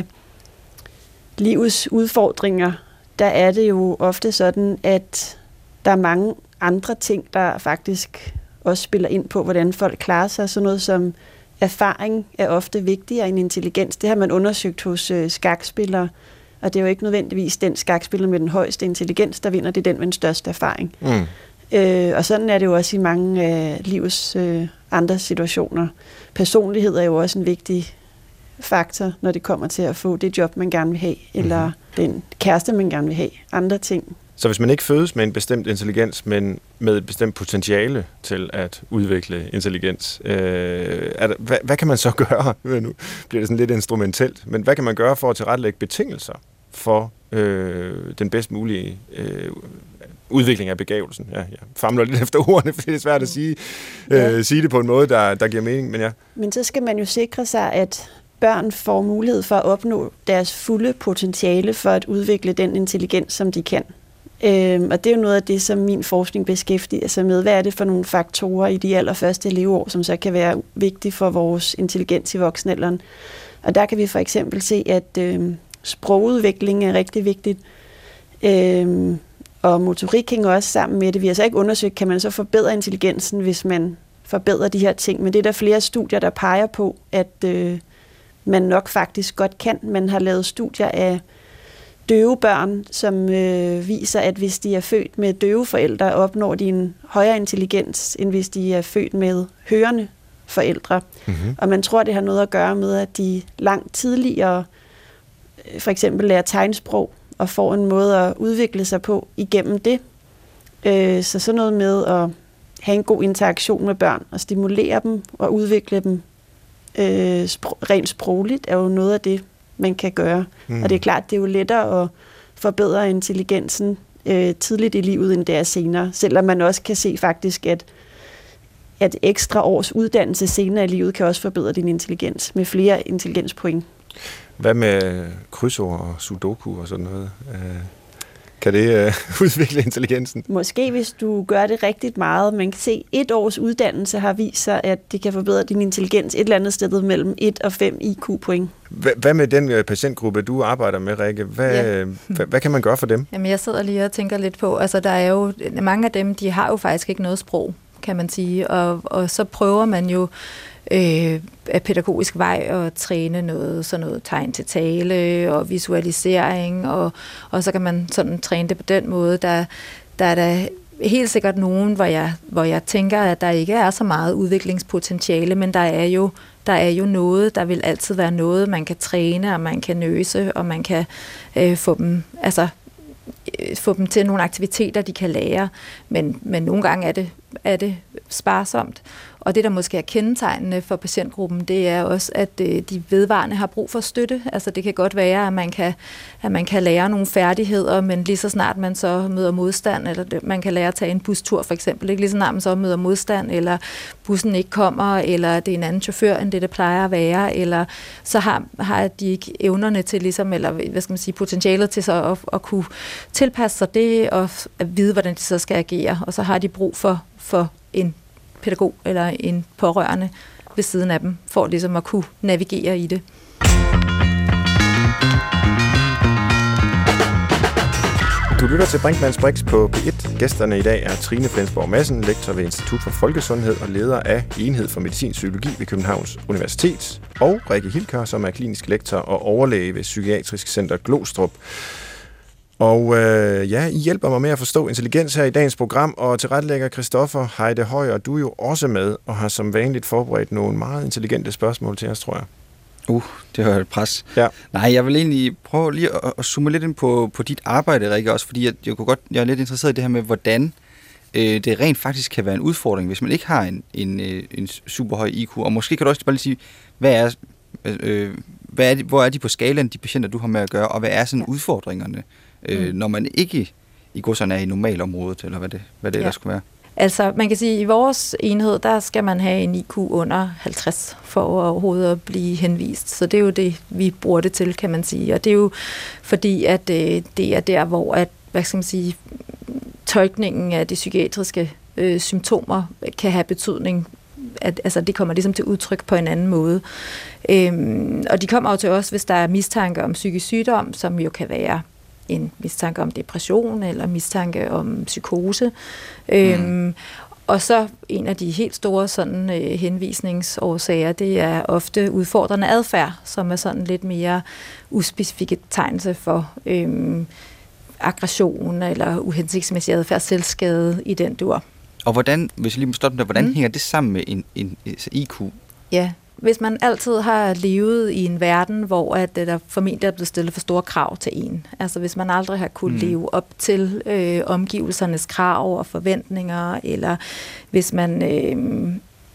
livets udfordringer, der er det jo ofte sådan, at der er mange andre ting, der faktisk også spiller ind på, hvordan folk klarer sig. Sådan noget som erfaring er ofte vigtigere end intelligens. Det har man undersøgt hos øh, skakspillere, og det er jo ikke nødvendigvis den skakspiller med den højeste intelligens, der vinder, det er den med den største erfaring. Mm. Øh, og sådan er det jo også i mange af øh, livets øh, andre situationer. Personlighed er jo også en vigtig faktor, når det kommer til at få det job, man gerne vil have, mm. eller den kæreste, man gerne vil have. Andre ting. Så hvis man ikke fødes med en bestemt intelligens, men med et bestemt potentiale til at udvikle intelligens, øh, er der, hvad, hvad kan man så gøre? Nu bliver det sådan lidt instrumentelt, men hvad kan man gøre for at tilrettelægge betingelser for øh, den bedst mulige øh, udvikling af begavelsen? Ja, jeg famler lidt efter ordene, for det er svært at sige, ja. øh, sige det på en måde, der, der giver mening. Men, ja. men så skal man jo sikre sig, at børn får mulighed for at opnå deres fulde potentiale for at udvikle den intelligens, som de kan. Øhm, og det er jo noget af det, som min forskning beskæftiger sig med. Hvad er det for nogle faktorer i de allerførste leveår, som så kan være vigtige for vores intelligens i voksenalderen? Og der kan vi for eksempel se, at øhm, sprogudvikling er rigtig vigtigt, øhm, og motorik hænger også sammen med det. Vi har så ikke undersøgt, kan man så forbedre intelligensen, hvis man forbedrer de her ting. Men det er der flere studier, der peger på, at øh, man nok faktisk godt kan. Man har lavet studier af døve børn, som øh, viser, at hvis de er født med døve forældre, opnår de en højere intelligens, end hvis de er født med hørende forældre. Mm-hmm. Og man tror, det har noget at gøre med, at de langt tidligere øh, for eksempel lærer tegnsprog og får en måde at udvikle sig på igennem det. Øh, så sådan noget med at have en god interaktion med børn og stimulere dem og udvikle dem øh, spro- rent sprogligt er jo noget af det, man kan gøre. Mm. Og det er klart, det er jo lettere at forbedre intelligensen øh, tidligt i livet, end det er senere. Selvom man også kan se faktisk, at, at ekstra års uddannelse senere i livet kan også forbedre din intelligens med flere intelligenspoint. Hvad med krydsord og sudoku og sådan noget? Kan det øh, udvikle intelligensen? Måske, hvis du gør det rigtig meget. Man kan se, et års uddannelse har vist sig, at det kan forbedre din intelligens et eller andet sted mellem et og fem I Q-point. Hvad med den patientgruppe, du arbejder med, Rikke? Hvad, ja. hvad, hvad kan man gøre for dem? Jamen, jeg sidder lige og tænker lidt på, altså der er jo, mange af dem, de har jo faktisk ikke noget sprog, kan man sige, og, og så prøver man jo øh, af pædagogisk vej at træne noget, sådan noget tegn til tale og visualisering, og, og så kan man sådan træne det på den måde. Der, der er der helt sikkert nogen, hvor jeg, hvor jeg tænker, at der ikke er så meget udviklingspotentiale, men der er jo der er jo noget, der vil altid være noget, man kan træne, og man kan nøse, og man kan øh, få dem, altså få dem til nogle aktiviteter, de kan lære, men, men nogle gange er det er det sparsomt. Og det, der måske er kendetegnende for patientgruppen, det er også, at øh, de vedvarende har brug for støtte. Altså det kan godt være, at man kan, at man kan lære nogle færdigheder, men lige så snart man så møder modstand, eller det, man kan lære at tage en bustur for eksempel, ikke? Lige så snart man så møder modstand, eller bussen ikke kommer, eller det er en anden chauffør, end det, det plejer at være, eller så har, har de ikke evnerne til, ligesom, eller hvad skal man sige, potentialet til så at, at kunne tilpasse sig det, og at vide, hvordan de så skal agere. Og så har de brug for, for en pædagog eller en pårørende ved siden af dem, for ligesom at kunne navigere i det. Du lytter til Brinkmanns Brix på P et. Gæsterne i dag er Trine Flensborg Madsen, lektor ved Institut for Folkesundhed og leder af Enhed for Medicinsk Psykologi ved Københavns Universitet, og Rikke Hilker, som er klinisk lektor og overlæge ved Psykiatrisk Center Glostrup. Og øh, ja, I hjælper mig med at forstå intelligens her i dagens program, og tilrettelægger Christoffer Heide Høj, og du er jo også med, og har som vanligt forberedt nogle meget intelligente spørgsmål til os, tror jeg. Uh, det var et pres. Ja. Nej, jeg vil egentlig prøve lige at, at zoome lidt ind på, på dit arbejde, Rikke, også fordi jeg, jeg, kunne godt, jeg er lidt interesseret i det her med, hvordan øh, det rent faktisk kan være en udfordring, hvis man ikke har en, en, en super høj I Q. Og måske kan du også bare lige sige, hvad er, øh, hvad er de, hvor er de på skalaen, de patienter, du har med at gøre, og hvad er sådan udfordringerne, øh, mm. når man ikke i godserne er i normalområdet, eller hvad det, hvad det ja. ellers skulle være? Altså, man kan sige, at i vores enhed, der skal man have en I Q under halvtreds for overhovedet at blive henvist. Så det er jo det, vi bruger det til, kan man sige. Og det er jo fordi, at øh, det er der, hvor at, hvad skal man sige, tolkningen af de psykiatriske øh, symptomer kan have betydning. At, altså, det kommer ligesom til udtryk på en anden måde. Øhm, og de kommer jo til os, hvis der er mistanke om psykisk sygdom, som jo kan være en mistanke om depression eller mistanke om psykose. Mm. Øhm, og så en af de helt store sådan, øh, henvisningsårsager, det er ofte udfordrende adfærd, som er sådan lidt mere uspecifikke tegnelse for øhm, aggression eller uhensigtsmæssig adfærd, selvskade i den dur. Og hvordan, hvis jeg lige må stoppe der, hvordan mm. hænger det sammen med en, en, en I Q? Ja, hvis man altid har levet i en verden, hvor at der formentlig er blevet stillet for store krav til en. Altså hvis man aldrig har kunnet mm. leve op til øh, omgivelsernes krav og forventninger, eller hvis man øh,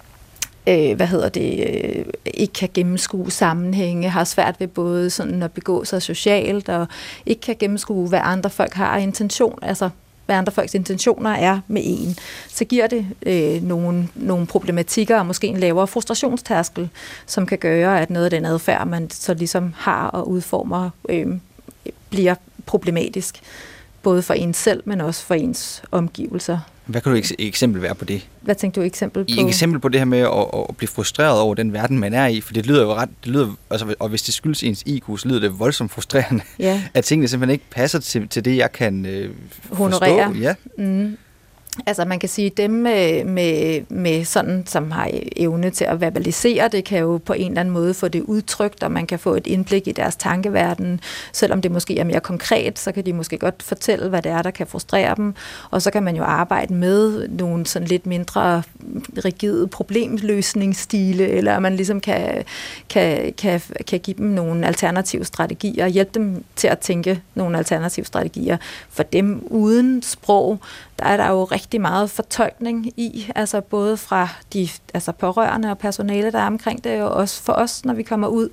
øh, hvad hedder det, øh, ikke kan gennemskue sammenhænge, har svært ved både sådan at begå sig socialt, og ikke kan gennemskue, hvad andre folk har intention, altså hvad andre folks intentioner er med en, så giver det øh, nogle, nogle problematikker og måske en lavere frustrationstærskel, som kan gøre, at noget af den adfærd, man så ligesom har og udformer, øh, bliver problematisk. Både for ens selv, men også for ens omgivelser. Hvad kan du et eksempel være på det? Hvad tænkte du eksempel på? Et eksempel på det her med at, at blive frustreret over den verden, man er i, for det lyder jo ret, det lyder, altså, og hvis det skyldes ens I Q, så lyder det voldsomt frustrerende, ja. At tingene simpelthen ikke passer til, til det, jeg kan øh, honorere. Forstå. Ja. Mm. Altså man kan sige, dem med, med, med sådan, som har evne til at verbalisere, det kan jo på en eller anden måde få det udtrykt, og man kan få et indblik i deres tankeverden. Selvom det måske er mere konkret, så kan de måske godt fortælle, hvad det er, der kan frustrere dem. Og så kan man jo arbejde med nogle sådan lidt mindre rigide problemløsningsstile, eller man ligesom kan, kan, kan, kan give dem nogle alternative strategier, og hjælpe dem til at tænke nogle alternative strategier. For dem uden sprog, der er der jo rigtig meget fortolkning i, altså både fra de altså pårørende og personale, der er omkring det, og også for os, når vi kommer ud.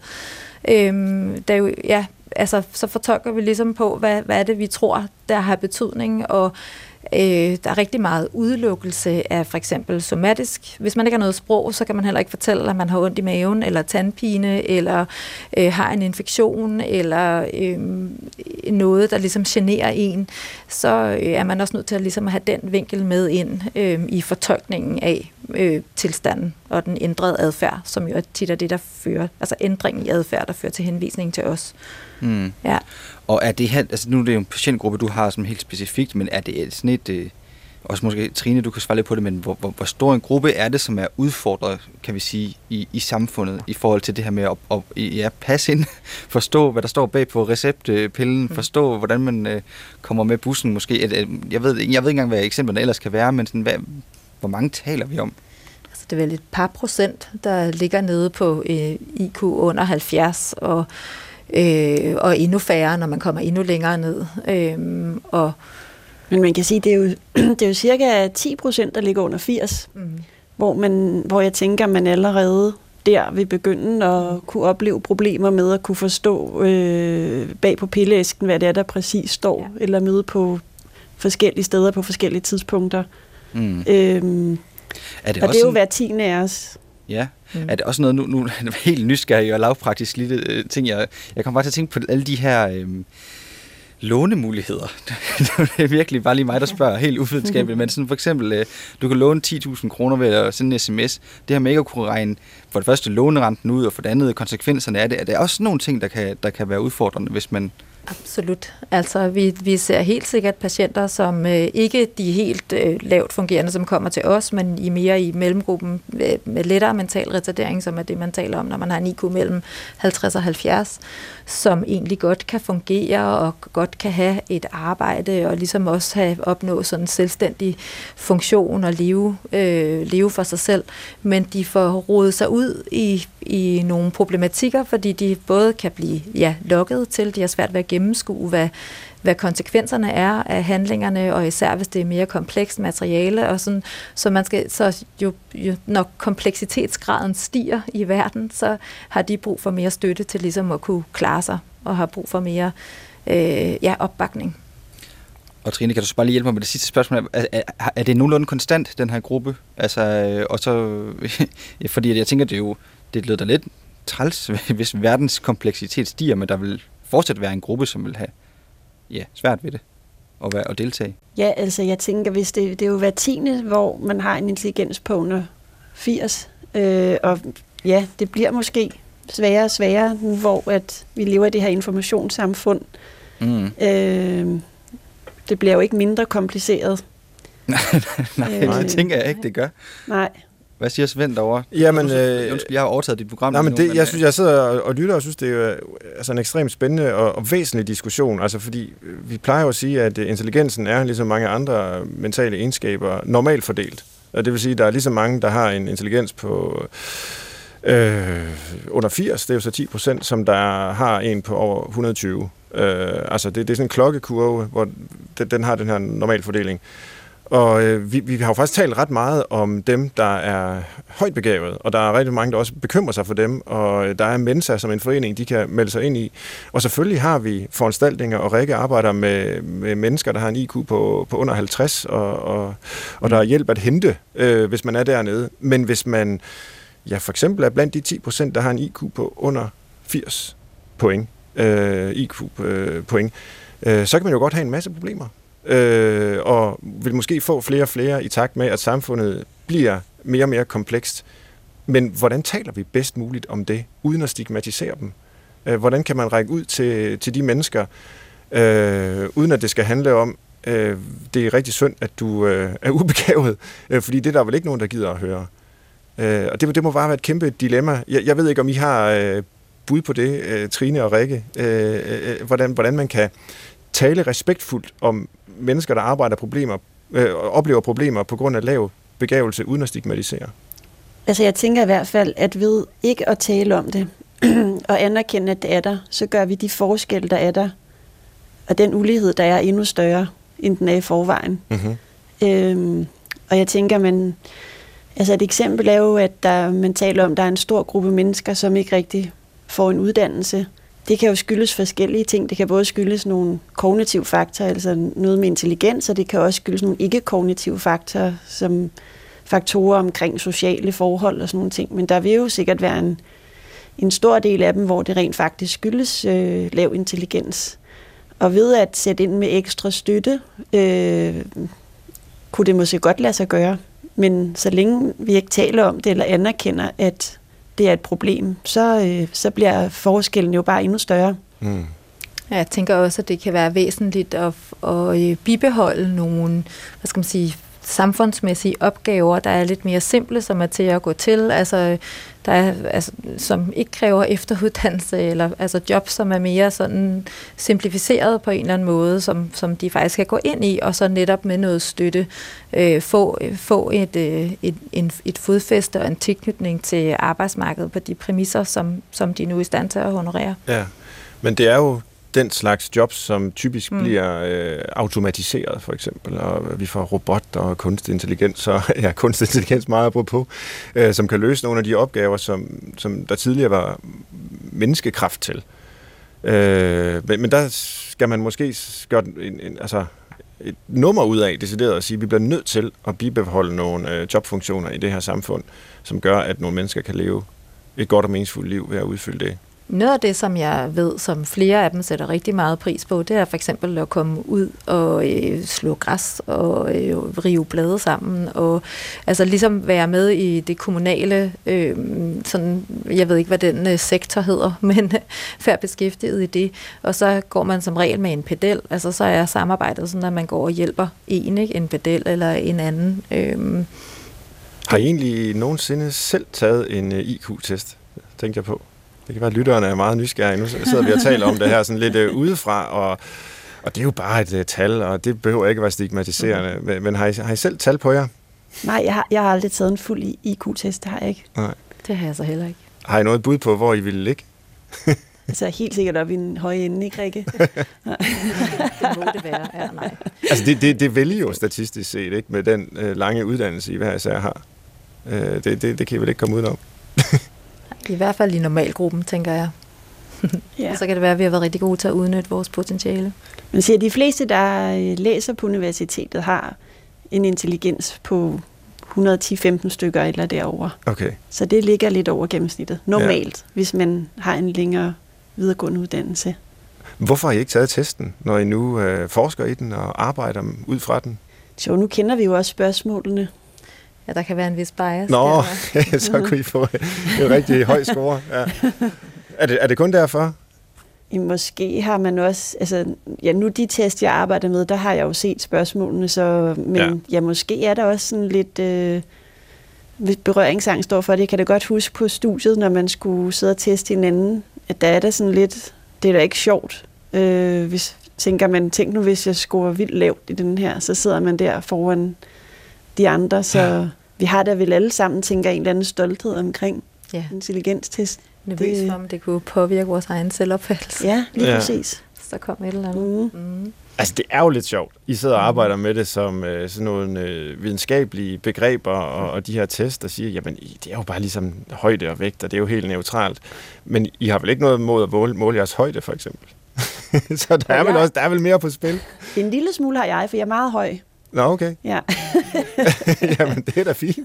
Øhm, der er jo, ja, altså, så fortolker vi ligesom på, hvad, hvad er det, vi tror, der har betydning, og øh, der er rigtig meget udelukkelse af for eksempel somatisk. Hvis man ikke har noget sprog, så kan man heller ikke fortælle, at man har ondt i maven, eller tandpine, eller øh, har en infektion, eller øh, noget, der ligesom generer en. Så øh, er man også nødt til at ligesom have den vinkel med ind øh, i fortolkningen af øh, tilstanden og den ændrede adfærd, som jo tit er det, der fører, altså ændring i adfærd, der fører til henvisning til os. Mm. Ja. Og er det her, altså nu er det jo en patientgruppe, du har som helt specifikt, men er det sådan et, øh, også måske Trine, du kan svare lidt på det, men hvor, hvor, hvor stor en gruppe er det, som er udfordret, kan vi sige, i, i samfundet, i forhold til det her med at, at ja, passe ind, forstå, hvad der står bag på receptpillen, mm. forstå, hvordan man øh, kommer med bussen måske. Jeg ved, jeg ved ikke engang, hvad eksemplerne ellers kan være, men sådan, hvad, hvor mange taler vi om? Altså, det er vel et par procent, der ligger nede på øh, I Q under halvfjerds, og Øh, og endnu færre, når man kommer endnu længere ned. Øh, og Men man kan sige, det er jo, det er jo cirka ti procent, der ligger under firs, mm. hvor, man, hvor jeg tænker, man allerede der vil begynde at kunne opleve problemer med at kunne forstå øh, bag på pilleæsken, hvad det er, der præcis står, ja. Eller møde på forskellige steder på forskellige tidspunkter. Mm. Øhm, er det og også det er jo en... hver tiende af os. Ja, mm. er det også noget, nu, nu er det helt nysgerrig og lavpraktisk lille øh, ting, jeg, jeg kommer bare til at tænke på alle de her øh, lånemuligheder. Det er virkelig bare lige mig, der spørger helt uvidenskabeligt, men sådan for eksempel, øh, du kan låne ti tusind kroner ved at sende en sms. Det her med ikke at kunne regne for det første lånerenten ud, og for det andet konsekvenserne af det. Er det også nogle ting, der kan, der kan være udfordrende, hvis man... Absolut. Altså, vi, vi ser helt sikkert patienter, som øh, ikke de helt øh, lavt fungerende, som kommer til os, men i mere i mellemgruppen øh, med lettere mental retardering, som er det, man taler om, når man har en I Q mellem halvtreds og halvfjerds, som egentlig godt kan fungere og godt kan have et arbejde og ligesom også have opnået sådan en selvstændig funktion og leve, øh, leve for sig selv. Men de får rodet sig ud i, i nogle problematikker, fordi de både kan blive ja, lokket til, de har svært ved at gennemskue, hvad, hvad konsekvenserne er af handlingerne, og især hvis det er mere komplekst materiale, og sådan, så man skal, så jo, jo, når kompleksitetsgraden stiger i verden, så har de brug for mere støtte til ligesom at kunne klare sig, og har brug for mere øh, ja, opbakning. Og Trine, kan du så bare lige hjælpe mig med det sidste spørgsmål? Er, er, er det nogenlunde konstant, den her gruppe? Altså, og så, fordi jeg tænker, det er jo, det lyder da lidt træls, hvis verdens kompleksitet stiger, men der vil fortsat være en gruppe, som vil have ja, svært ved det og, være, og deltage. Ja, altså jeg tænker, hvis det, det er jo hver tiende, hvor man har en intelligens på under firs, øh, og ja, det bliver måske sværere og sværere, hvor at vi lever i det her informationssamfund. Mm. Øh, det bliver jo ikke mindre kompliceret. Nej, øh, det tænker jeg ikke, det gør. Nej. Hvad siger Svend derovre? Jamen, øh, Undskyld, jeg har overtaget dit program. Nej, men det, nu, jeg synes, jeg sidder og, og lytter og synes, det er altså en ekstremt spændende og, og væsentlig diskussion. Altså, fordi vi plejer jo at sige, at intelligensen er, ligesom mange andre mentale egenskaber, normalt fordelt. Og det vil sige, at der er lige så mange, der har en intelligens på øh, under firs, det er jo så ti procent, som der har en på over et hundrede og tyve. Øh, altså, det, det er sådan en klokkekurve, hvor den, den har den her normalfordeling. Og øh, vi, vi har jo faktisk talt ret meget om dem, der er højt begavet, og der er rigtig mange, der også bekymrer sig for dem, og der er Mensa som en forening, de kan melde sig ind i. Og selvfølgelig har vi foranstaltninger, og Rikke arbejder med, med mennesker, der har en I Q på, på under halvtreds, og, og, og der er hjælp at hente, øh, hvis man er dernede. Men hvis man ja, for eksempel er blandt de ti procent, der har en I Q på under firs point, øh, I Q-point, øh, så kan man jo godt have en masse problemer. Øh, og vil måske få flere og flere i takt med, at samfundet bliver mere og mere komplekst. Men hvordan taler vi bedst muligt om det, uden at stigmatisere dem? Øh, hvordan kan man række ud til, til de mennesker, øh, uden at det skal handle om, øh, det er rigtig synd, at du øh, er ubegavet, øh, fordi det er der vel ikke nogen, der gider at høre. Øh, og det, det må bare være et kæmpe dilemma. Jeg, jeg ved ikke, om I har øh, bud på det, øh, Trine og Rikke, øh, øh, hvordan, hvordan man kan tale respektfuldt om mennesker, der arbejder problemer, øh, oplever problemer på grund af lav begavelse, uden at stigmatisere? Altså jeg tænker i hvert fald, at ved ikke at tale om det, og anerkende, at det er der, så gør vi de forskelle, der er der, og den ulighed, der er endnu større, end den er i forvejen. Mm-hmm. Øhm, og jeg tænker, man, altså et eksempel er jo, at der, man taler om, at der er en stor gruppe mennesker, som ikke rigtig får en uddannelse. Det kan jo skyldes forskellige ting. Det kan både skyldes nogle kognitive faktorer, altså noget med intelligens, og det kan også skyldes nogle ikke-kognitive faktorer, som faktorer omkring sociale forhold og sådan nogle ting. Men der vil jo sikkert være en, en stor del af dem, hvor det rent faktisk skyldes øh, lav intelligens. Og ved at sætte ind med ekstra støtte, øh, kunne det måske godt lade sig gøre. Men så længe vi ikke taler om det, eller anerkender, at det er et problem, så, øh, så bliver forskellen jo bare endnu større. Mm. Jeg tænker også, at det kan være væsentligt at, at bibeholde nogle, hvad skal man sige, samfundsmæssige opgaver, der er lidt mere simple, som er til at gå til, altså, der er, altså, som ikke kræver efteruddannelse, eller altså job, som er mere sådan simplificeret på en eller anden måde, som, som de faktisk kan gå ind i, og så netop med noget støtte øh, få, få et, øh, et, en, et fodfæste og en tilknytning til arbejdsmarkedet på de præmisser, som, som de nu er i stand til at honorere. Ja, men det er jo den slags jobs, som typisk Mm. bliver øh, automatiseret, for eksempel, og vi får robot og kunstig intelligens, og ja, kunstig intelligens meget apropos, øh, som kan løse nogle af de opgaver, som, som der tidligere var menneskekraft til. Øh, men, men der skal man måske gøre en, en, altså et nummer ud af, decideret at sige, at vi bliver nødt til at bibeholde nogle øh, jobfunktioner i det her samfund, som gør, at nogle mennesker kan leve et godt og meningsfuldt liv ved at udfylde det. Noget af det, som jeg ved, som flere af dem sætter rigtig meget pris på, det er for eksempel at komme ud og øh, slå græs og øh, rive blade sammen, og altså ligesom være med i det kommunale, øh, sådan, jeg ved ikke, hvad den øh, sektor hedder, men færd beskæftiget i det. Og så går man som regel med en pedel, altså så er samarbejdet sådan, at man går og hjælper en, ikke? En pedel eller en anden. Øh. Har I egentlig nogensinde selv taget en øh, I Q-test, tænkte jeg på? Det kan være, at lytterne er meget nysgerrige. Nu sidder vi og taler om det her sådan lidt øh, udefra, og, og det er jo bare et øh, tal, og det behøver ikke at være stigmatiserende. Mm. Men, men har, I, har I selv tal på jer? Nej, jeg har, jeg har aldrig taget en fuld I Q-test, det har jeg ikke. Nej. Det har jeg så heller ikke. Har I noget bud på, hvor I ville ligge? Altså helt sikkert op i en høje ende, ikke Rikke? Det må det være, ja, nej. Altså det, det, det vil I jo statistisk set, ikke? Med den øh, lange uddannelse, I hver især har. Øh, det, det, det kan I vel ikke komme udenom? I hvert fald i normalgruppen, tænker jeg. Ja. Så kan det være, at vi har været rigtig gode til at udnytte vores potentiale. Men siger, de fleste, der læser på universitetet, har en intelligens på et hundrede og ti til femten stykker eller derover. Okay. Så det ligger lidt over gennemsnittet. Normalt, ja. Hvis man har en længere videregående uddannelse. Hvorfor har I ikke taget testen, når I nu øh, forsker i den og arbejder ud fra den? Så nu kender vi jo også spørgsmålene. Ja, der kan være en vis bias. Nå, så kunne I få en rigtig høj score. Ja. Er, det, er det kun derfor? Måske har man også, altså, ja, nu de test, jeg arbejder med, der har jeg jo set spørgsmålene, så, men ja, ja måske er der også sådan lidt øh, berøringsangst står for det. Jeg kan da godt huske på studiet, når man skulle sidde og teste hinanden, at der er der sådan lidt, det er da ikke sjovt. Øh, hvis, tænker man, tænk nu, hvis jeg scorer vildt lavt i den her, så sidder man der foran de andre, så ja. Vi har da vel alle sammen, tænker, en eller anden stolthed omkring ja. Intelligenstest. Nervøs for, om det kunne påvirke vores egen selvopfattelse. Ja, lige ja. præcis. Så der kom et eller andet. Mm. Mm. Altså, det er jo lidt sjovt. I sidder og arbejder med det som øh, sådan nogle øh, videnskabelige begreber og, og de her tests, der siger, jamen, det er jo bare ligesom højde og vægt, og det er jo helt neutralt. Men I har vel ikke noget mod at måle, måle jeres højde, for eksempel? Så der er, vel også, der er vel mere på spil? En lille smule har jeg, for jeg er meget høj. Nå, okay. Ja. Jamen, det er da fint.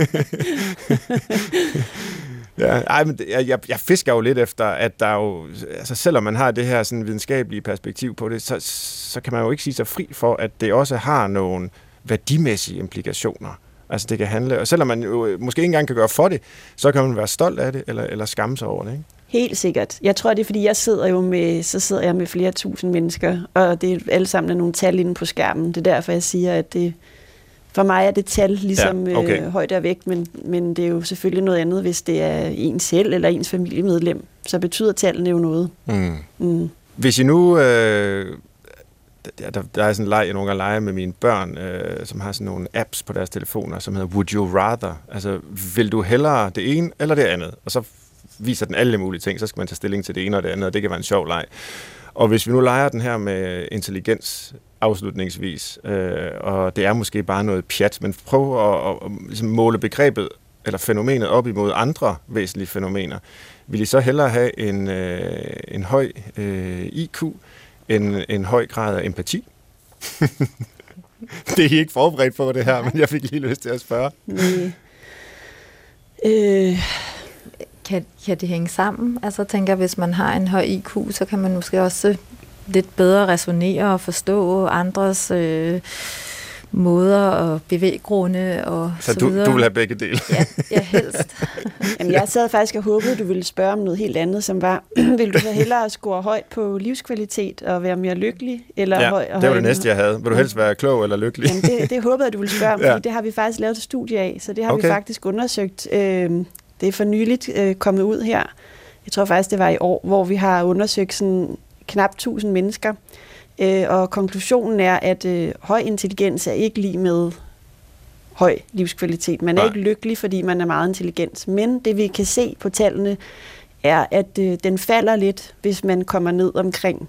Ja, ej, men jeg, jeg, jeg fisker jo lidt efter, at der jo, altså selvom man har det her sådan videnskabelige perspektiv på det, så, så kan man jo ikke sige sig fri for, at det også har nogle værdimæssige implikationer. Altså det kan handle, og selvom man jo måske ikke engang kan gøre for det, så kan man være stolt af det, eller, eller skamme sig over det, ikke? Helt sikkert. Jeg tror, det er, fordi jeg sidder jo med, så sidder jeg med flere tusind mennesker, og det er alle sammen nogle tal inde på skærmen. Det er derfor, jeg siger, at det, for mig er det tal ligesom ja, okay. øh, højde og vægt, men, men det er jo selvfølgelig noget andet, hvis det er ens selv eller ens familiemedlem. Så betyder tallene jo noget. Mm. Mm. Hvis I nu... Øh, der, der er sådan en leg, jeg nogle gange leger med mine børn, øh, som har sådan nogle apps på deres telefoner, som hedder Would You Rather? Altså, vil du hellere det ene eller det andet? Og så viser den alle mulige ting, så skal man tage stilling til det ene og det andet, og det kan være en sjov leg. Og hvis vi nu leger den her med intelligens afslutningsvis, øh, og det er måske bare noget pjat, men prøv at, at, at ligesom måle begrebet eller fænomenet op imod andre væsentlige fænomener. Vil I så hellere have en, øh, en høj øh, I Q, en, en høj grad af empati? Det er I ikke forberedt på det her, men jeg fik lige lyst til at spørge. Nej. Øh... Kan, kan det hænge sammen? Altså jeg tænker, hvis man har en høj I Q, så kan man måske også lidt bedre resonere og forstå andres øh, måder og bevæggrunde og så, så så videre. Du, du vil have begge dele? Ja, ja helst. Jamen, jeg sad faktisk og håbede, du ville spørge om noget helt andet, som var, vil du så hellere score højt på livskvalitet og være mere lykkelig? Eller ja, høj, og det var det næste, jeg havde. Vil du helst være klog eller lykkelig? Jamen, det, det håbede jeg, du ville spørge om, ja. fordi det har vi faktisk lavet et studie af, så det har okay. vi faktisk undersøgt. Øh, det er for nyligt øh, kommet ud her. Jeg tror faktisk, det var i år, hvor vi har undersøgt sådan knap tusind mennesker, øh, og konklusionen er, at øh, høj intelligens er ikke lige med høj livskvalitet. Man er Nej. ikke lykkelig, fordi man er meget intelligent. Men det vi kan se på tallene, er, at øh, den falder lidt, hvis man kommer ned omkring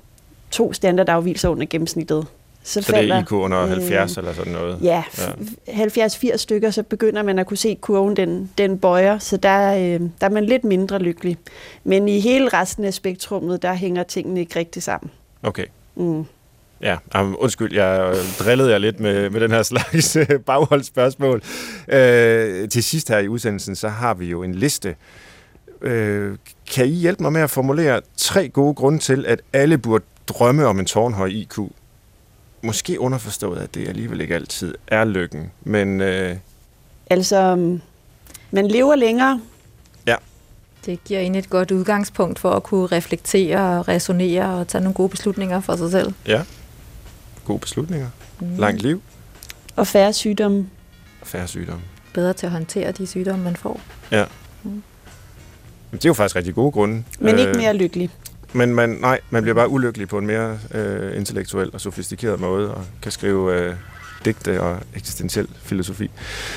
to standardafvigelser under gennemsnittet. Så, så falder, det er I Q under øh, halvfjerds eller sådan noget? Ja, ja. halvfjerds til firs stykker, så begynder man at kunne se kurven, den, den bøjer, så der, øh, der er man lidt mindre lykkelig. Men i hele resten af spektrummet, der hænger tingene ikke rigtig sammen. Okay. Mm. Ja, um, undskyld, jeg drillede jer lidt med, med den her slags bagholdsspørgsmål. Øh, til sidst her i udsendelsen, så har vi jo en liste. Øh, kan I hjælpe mig med at formulere tre gode grunde til, at alle burde drømme om en tårnhøj I Q? Måske underforstået, at det alligevel ikke altid er lykken, men... Øh... Altså, man lever længere. Ja. Det giver en et godt udgangspunkt for at kunne reflektere og resonere og tage nogle gode beslutninger for sig selv. Ja. Gode beslutninger. Mm. Langt liv. Og færre sygdomme. Og færre sygdomme. Bedre til at håndtere de sygdomme, man får. Ja. Mm. Det er jo faktisk rigtig gode grunde. Men ikke mere lykkelig. Men man, nej, man bliver bare ulykkelig på en mere øh, intellektuel og sofistikeret måde, og kan skrive øh, digte og eksistentiel filosofi.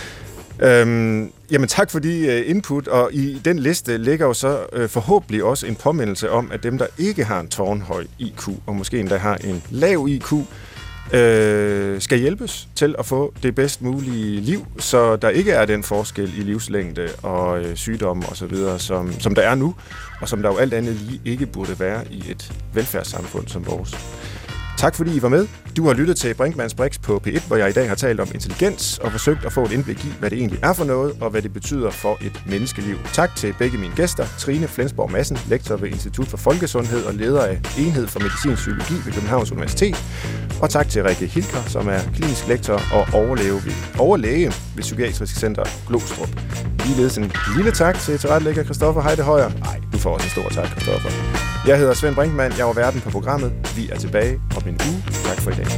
Øhm, jamen tak for de øh, input, og i den liste ligger jo så øh, forhåbentlig også en påmindelse om, at dem, der ikke har en tårnhøj I Q, og måske endda har en lav I Q, øh, skal hjælpes til at få det bedst mulige liv, så der ikke er den forskel i livslængde og øh, sygdomme osv., som, som der er nu, og som der jo alt andet lige ikke burde være i et velfærdssamfund som vores. Tak fordi I var med. Du har lyttet til Brinkmanns Brix på P et, hvor jeg i dag har talt om intelligens og forsøgt at få et indblik i, hvad det egentlig er for noget, og hvad det betyder for et menneskeliv. Tak til begge mine gæster, Trine Flensborg Madsen, lektor ved Institut for Folkesundhed og leder af Enhed for Medicinsk Psykologi ved Københavns Universitet. Og tak til Rikke Hilker, som er klinisk lektor og overlæge ved, overlæge ved Psykiatrisk Center Glostrup. Ligeledes en lille tak til tilrettelægger Christoffer Heide Højer. Nej, du får også en stor tak, Christoffer. Jeg hedder Svend Brinkmann, jeg var værten på programmet. Vi er tilbage om en uge. Tak for i dag.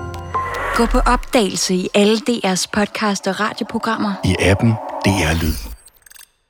Gå på opdagelse i alle D R's podcast og radioprogrammer. I appen D R Lyd.